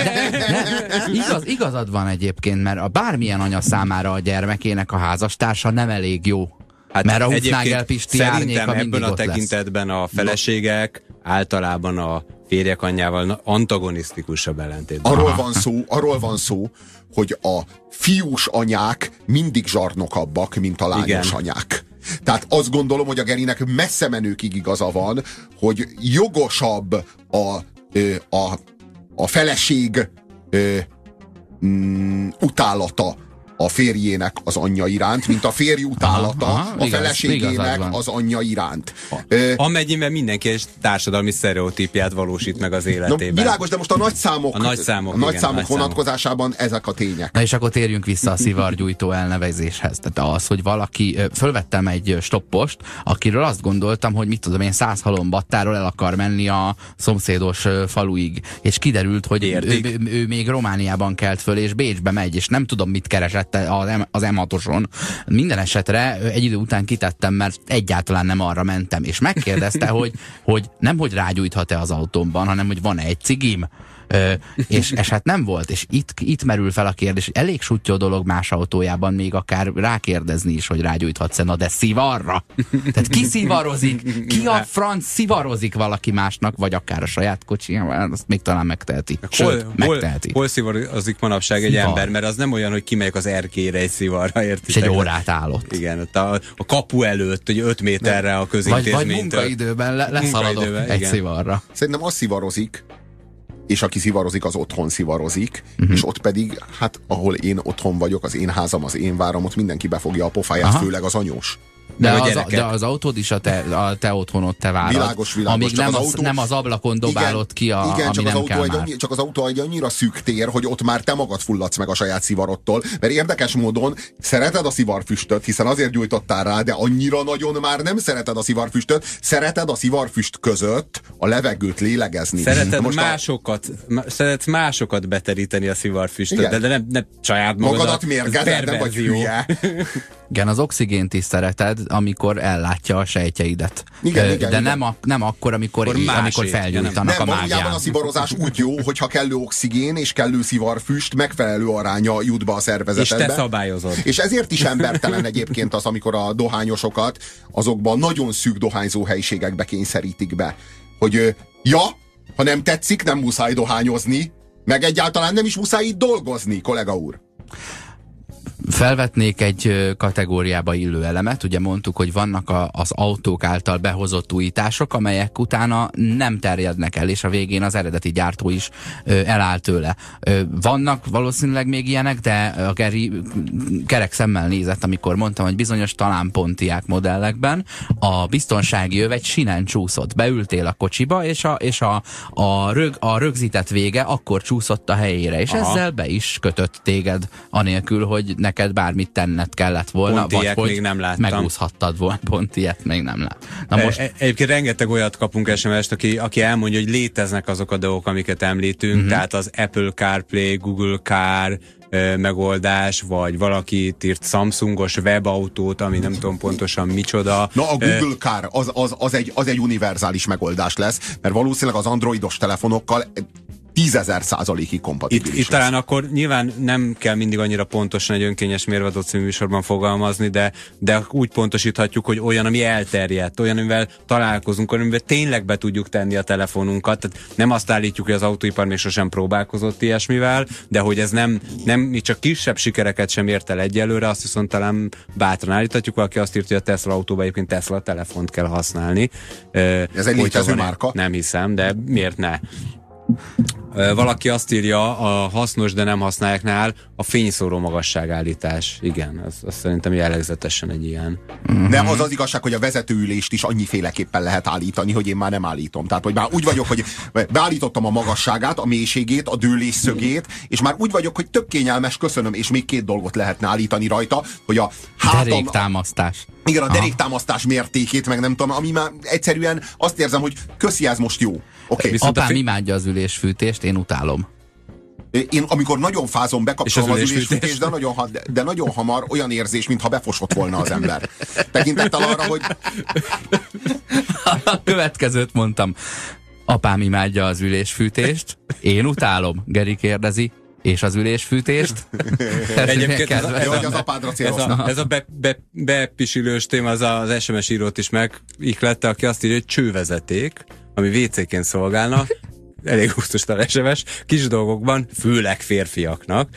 igazad van egyébként, mert a bármilyen anya számára a gyermekének a házastársa nem elég jó. Hát mert a Hufnagel Pisti árnyéka mindig ebben a ott tekintetben lesz. A feleségek általában a férjek anyjával antagonisztikusabb ellentétben. Arról van szó, hogy a fiús anyák mindig zsarnokabbak, mint a lányos anyák. Tehát azt gondolom, hogy a Gerinek messze menőkig igaza van, hogy jogosabb a feleség utálata a férjének az anyja iránt, mint a férj utálata a feleségének az anyja iránt. Amennyiben mindenki egy társadalmi sztereotípiát valósít meg az életében. No, világos, de most a nagyszámok vonatkozásában ezek a tények. Na és akkor térjünk vissza a szivargyújtó elnevezéshez. Tehát az, hogy valaki, fölvettem egy stoppost, akiről azt gondoltam, hogy mit tudom én, 100 halombattáról el akar menni a szomszédos faluig. És kiderült, hogy ő még Romániában kelt föl, és Bécsbe megy, és nem tudom, mit keresett az M6-oson. Minden esetre egy idő után kitettem, mert egyáltalán nem arra mentem, és megkérdezte, hogy nem, hogy rágyújthat-e az autómban, hanem, hogy van-e egy cigim. És hát nem volt, és itt merül fel a kérdés, hogy elég sutyó dolog más autójában még akár rákérdezni is, hogy rágyújthatsz-e, na de szivarra. Tehát ki szivarozik? Ki a franc szivarozik valaki másnak, vagy akár a saját kocsijával? Azt még talán megteheti. Sőt, megteheti. Hol szivarozik manapság egy ember? Mert az nem olyan, hogy kimegyek az erkére egy szivarra, értitek? És egy órát állott. Igen, a kapu előtt, hogy 5 méterre a közintézménytől. Vagy munkaidőben leszaladok egy szivarra. Szerintem az szivarozik, és aki szivarozik, az otthon szivarozik, és ott pedig, hát ahol én otthon vagyok, az én házam, az én váram, ott mindenki befogja a pofáját, főleg az anyós. De az autód is a te otthonod, te várad. Világos. Amíg nem az ablakon dobálod ki, ami nem kell már. Csak az autó egy annyira szűk tér, hogy ott már te magad fulladsz meg a saját szivarodtól, mert érdekes módon szereted a szivarfüstöt, hiszen azért gyújtottál rá, de annyira nagyon már nem szereted a szivarfüstöt, szereted a szivarfüst között a levegőt lélegezni. Szeretsz másokat beteríteni a szivarfüstöt, de nem saját magadat mérgezed, nem vagy hülye. Igen, az oxigént is szereted, amikor ellátja a sejtjeidet. Igen. Nem akkor, amikor felgyújtanak a mágián. Valójában a szivarozás úgy jó, hogyha kellő oxigén és kellő szivarfüst megfelelő aránya jut be a szervezetedbe. És te szabályozod. És ezért is embertelen egyébként az, amikor a dohányosokat azokban nagyon szűk dohányzó helyiségekbe kényszerítik be. Hogy ha nem tetszik, nem muszáj dohányozni, meg egyáltalán nem is muszáj itt dolgozni, kollega úr. Felvetnék egy kategóriába illő elemet, ugye mondtuk, hogy vannak az autók által behozott újítások, amelyek utána nem terjednek el, és a végén az eredeti gyártó is eláll tőle. Vannak valószínűleg még ilyenek, de a Geri kerek szemmel nézett, amikor mondtam, hogy bizonyos talán Pontiac modellekben a biztonsági öv egy sinen csúszott. Beültél a kocsiba, és a rögzített vége akkor csúszott a helyére, és ezzel be is kötött téged, anélkül, hogy neked bármit tenned kellett volna, Pontiac vagy hogy még nem láttam. megúszhattad volna. Pont ilyet még nem lát. Na most... Egyébként rengeteg olyat kapunk SMS-t, aki elmondja, hogy léteznek azok a dolgok, amiket említünk, tehát az Apple CarPlay, Google Car megoldás, vagy valaki írt Samsungos webautót, ami nem tudom pontosan micsoda. Na, a Google Car az egy univerzális megoldás lesz, mert valószínűleg az androidos telefonokkal 10.000%-ig kompatibilis. Itt talán akkor nyilván nem kell mindig annyira pontosan egy önkényes mérvadó című műsorban fogalmazni, de úgy pontosíthatjuk, hogy olyan, ami elterjedt, olyan, amivel találkozunk, amivel tényleg be tudjuk tenni a telefonunkat. Tehát nem azt állítjuk, hogy az autóipar még sosem próbálkozott ilyesmivel, de hogy ez nem csak kisebb sikereket sem ért el egyelőre, azt viszont talán bátran állíthatjuk. Valaki azt írta, hogy a Tesla autóban egyébként Tesla telefont kell használni. Ez egy létező márka? Nem hiszem, de miért ne? Valaki azt írja, a hasznos, de nem használjáknál a fényszóró magasságállítás. Igen, az szerintem jellegzetesen egy ilyen. De az az igazság, hogy a vezetőülést is annyiféleképpen lehet állítani, hogy én már nem állítom. Tehát, hogy már úgy vagyok, hogy beállítottam a magasságát, a mélységét, a dőlésszögét, és már úgy vagyok, hogy tök kényelmes, köszönöm, és még 2 dolgot lehetne állítani rajta, hogy a hátam... Deréktámasztás. Igen, a deréktámasztás mértékét, meg nem tudom, ami már egyszerűen azt érzem, hogy köszi, ez most jó. Okay. Apám imádja az ülésfűtést, én utálom. Én amikor nagyon fázom, bekapcsolom az ülésfűtést, de nagyon hamar olyan érzés, mintha befosott volna az ember. Tekintettel arra, hogy... A következőt mondtam. Apám imádja az ülésfűtést, én utálom. Geri kérdezi, és az ülésfűtést? Egyébként ez a bepisilős téma, az SMS írót is megiklette, aki azt írja, hogy csővezeték, ami WC-ként szolgálna, elég gusztustalan SMS, kis dolgokban, főleg férfiaknak.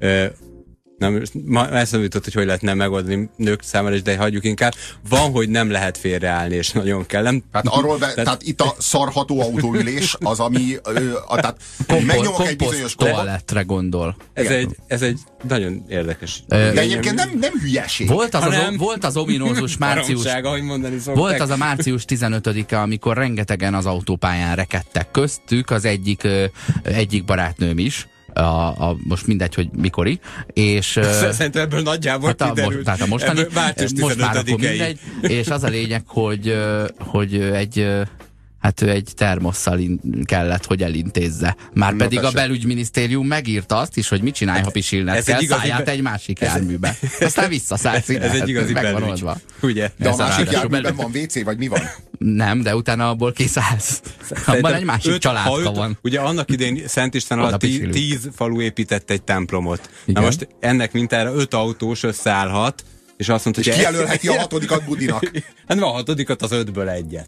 Ezt jutott, hogy lehetne megoldani nők számára is, de hagyjuk inkább. Van, hogy nem lehet félreállni, és nagyon kell. Tehát itt a szarható autóülés az, ami tehát megnyomok egy bizonyos toalettre gondol. Ez egy nagyon érdekes. De egyébként nem hülyeség. Volt az ominózus március... Volt az a március 15-e, amikor rengetegen az autópályán rekedtek. Köztük az egyik barátnőm is. Most mindegy, hogy mikori, és... Szerintem ebből nagyjából kiderült. Tehát a mostani, most már akkor mindegy, és az a lényeg, hogy ő egy termosszal kellett, hogy elintézze. Márpedig a belügyminisztérium megírta azt is, hogy mit csinálj, ha pisilned kell, szállját egy másik járműbe. Aztán visszaszállsz ide. Ez egy igazi belügy. Ugye? De a másik járműben van WC, vagy mi van? Nem, de utána abból kiszállsz. Abban egy másik családka van. Ugye annak idején Szent István alatt 10 falu épített egy templomot. Igen? Na most ennek mintára 5 autós összeállhat, és azt mondta, hogy... És kijelölheti a 6-at Budinak. Hát a 6-at az 5-ből egyet.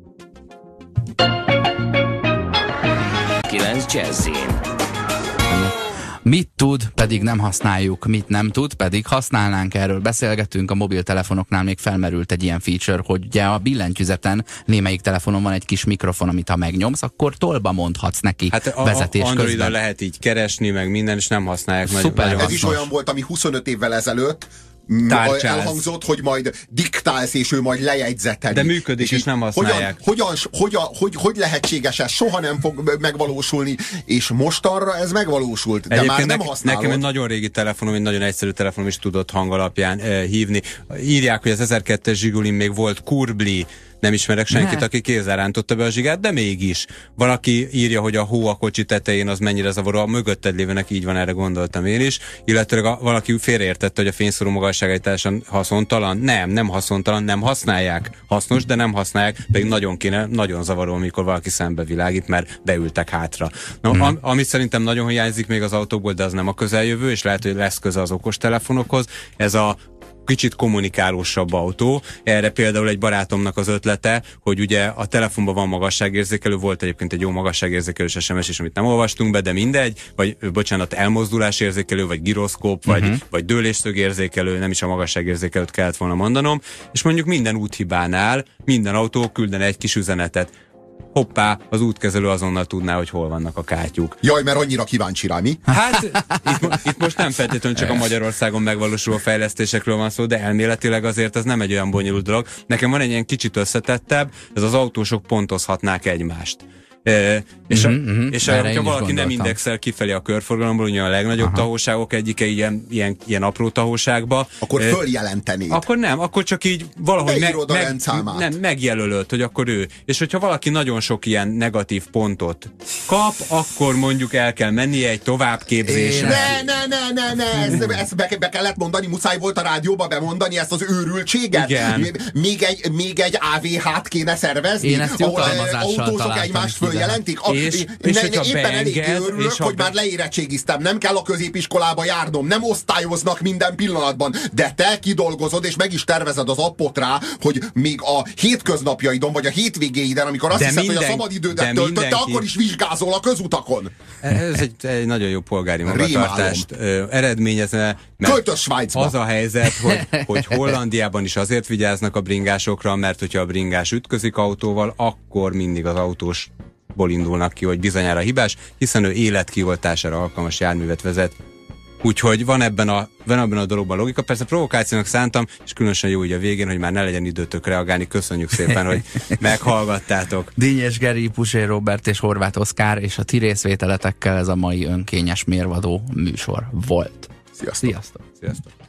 9 Jazzin. Mit tud, pedig nem használjuk, mit nem tud, pedig használnánk, erről beszélgetünk. A mobiltelefonoknál még felmerült egy ilyen feature, hogy ugye a billentyűzeten némelyik telefonon van egy kis mikrofon, amit ha megnyomsz, akkor tolba mondhatsz neki vezetés közben. Androidon lehet így keresni, meg minden, és nem használják. Szuper, ez is olyan volt, ami 25 évvel ezelőtt elhangzott, hogy majd diktálsz, és ő majd lejegyzeteli. De működik, és nem használják. Hogy lehetséges ez? Soha nem fog megvalósulni, és mostanra ez megvalósult, de már nem használod. Nekem egy nagyon régi telefonom, egy nagyon egyszerű telefonom is tudott hang alapján hívni. Írják, hogy az 1002-es Zsigulin még volt kurbli, nem ismerek senkit, aki kézzel rántotta be a zsigát, de mégis. Valaki írja, hogy a hó a kocsi tetején az mennyire zavaró, a mögötted lévőnek így van, erre gondoltam én is. Illetve valaki félreértette, hogy a fényszóró magasságállítása haszontalan. Nem haszontalan, nem használják. Hasznos, de nem használják, pedig nagyon zavaró, amikor valaki szembevilágít, mert beültek hátra. Ami szerintem nagyon hiányzik még az autókból, de az nem a közeljövő, és lehet, hogy lesz köze az okostelefonokhoz. Ez a kicsit kommunikálósabb autó. Erre például egy barátomnak az ötlete, hogy ugye a telefonban van magasságérzékelő, volt egyébként egy jó magasságérzékelős SMS is, amit nem olvastunk be, de mindegy, vagy bocsánat, elmozdulásérzékelő, vagy giroszkóp, vagy dőlésszögérzékelő, nem is a magasságérzékelőt kellett volna mondanom, és mondjuk minden úthibánál minden autó küldene egy kis üzenetet. Hoppá, az útkezelő azonnal tudná, hogy hol vannak a kátyúk. Jaj, mert annyira kíváncsi rá, mi? Hát, itt most nem feltétlenül csak a Magyarországon megvalósuló fejlesztésekről van szó, de elméletileg azért ez nem egy olyan bonyolult dolog. Nekem van egy ilyen kicsit összetettebb, ez az autósok pontozhatnák egymást. És ha valaki nem indexel kifelé a körforgalomból, ugye a legnagyobb tahóságok egyike ilyen apró tahóságba. Akkor följelentenéd. Akkor nem, akkor csak így valahogy megjelölöd, hogy akkor ő. És hogyha valaki nagyon sok ilyen negatív pontot kap, akkor mondjuk el kell mennie egy továbbképzésre. Ne, ezt be kellett mondani, muszáj volt a rádióba bemondani ezt az őrültséget. Igen. Még egy AVH-t kéne szervezni, én ezt ahol autósok egymást följelentik. Éppen elég örülök, hogy már leérettségiztem, nem kell a középiskolába járnom, nem osztályoznak minden pillanatban, de te kidolgozod és meg is tervezed az appot rá, hogy még a hétköznapjaidon, vagy a hétvégéiden, amikor azt hiszed, hogy a szabadidődet töltötte, akkor is vizsgázol a közutakon. Ez egy nagyon jó polgári magatartást eredményezne, mert az a helyzet, hogy Hollandiában is azért vigyáznak a bringásokra, mert hogyha a bringás ütközik autóval, akkor mindig az autósból indulnak ki, hogy bizonyára hibás, hiszen ő életkioltására alkalmas járművet vezet. Úgyhogy van ebben a dologban logika. Persze provokációnak szántam, és különösen jó így a végén, hogy már ne legyen időtök reagálni. Köszönjük szépen, hogy meghallgattátok. Dínyes Geri, Puzsér Róbert és Horváth Oszkár, és a ti részvételetekkel ez a mai önkényes mérvadó műsor volt. Sziasztok! Sziasztok!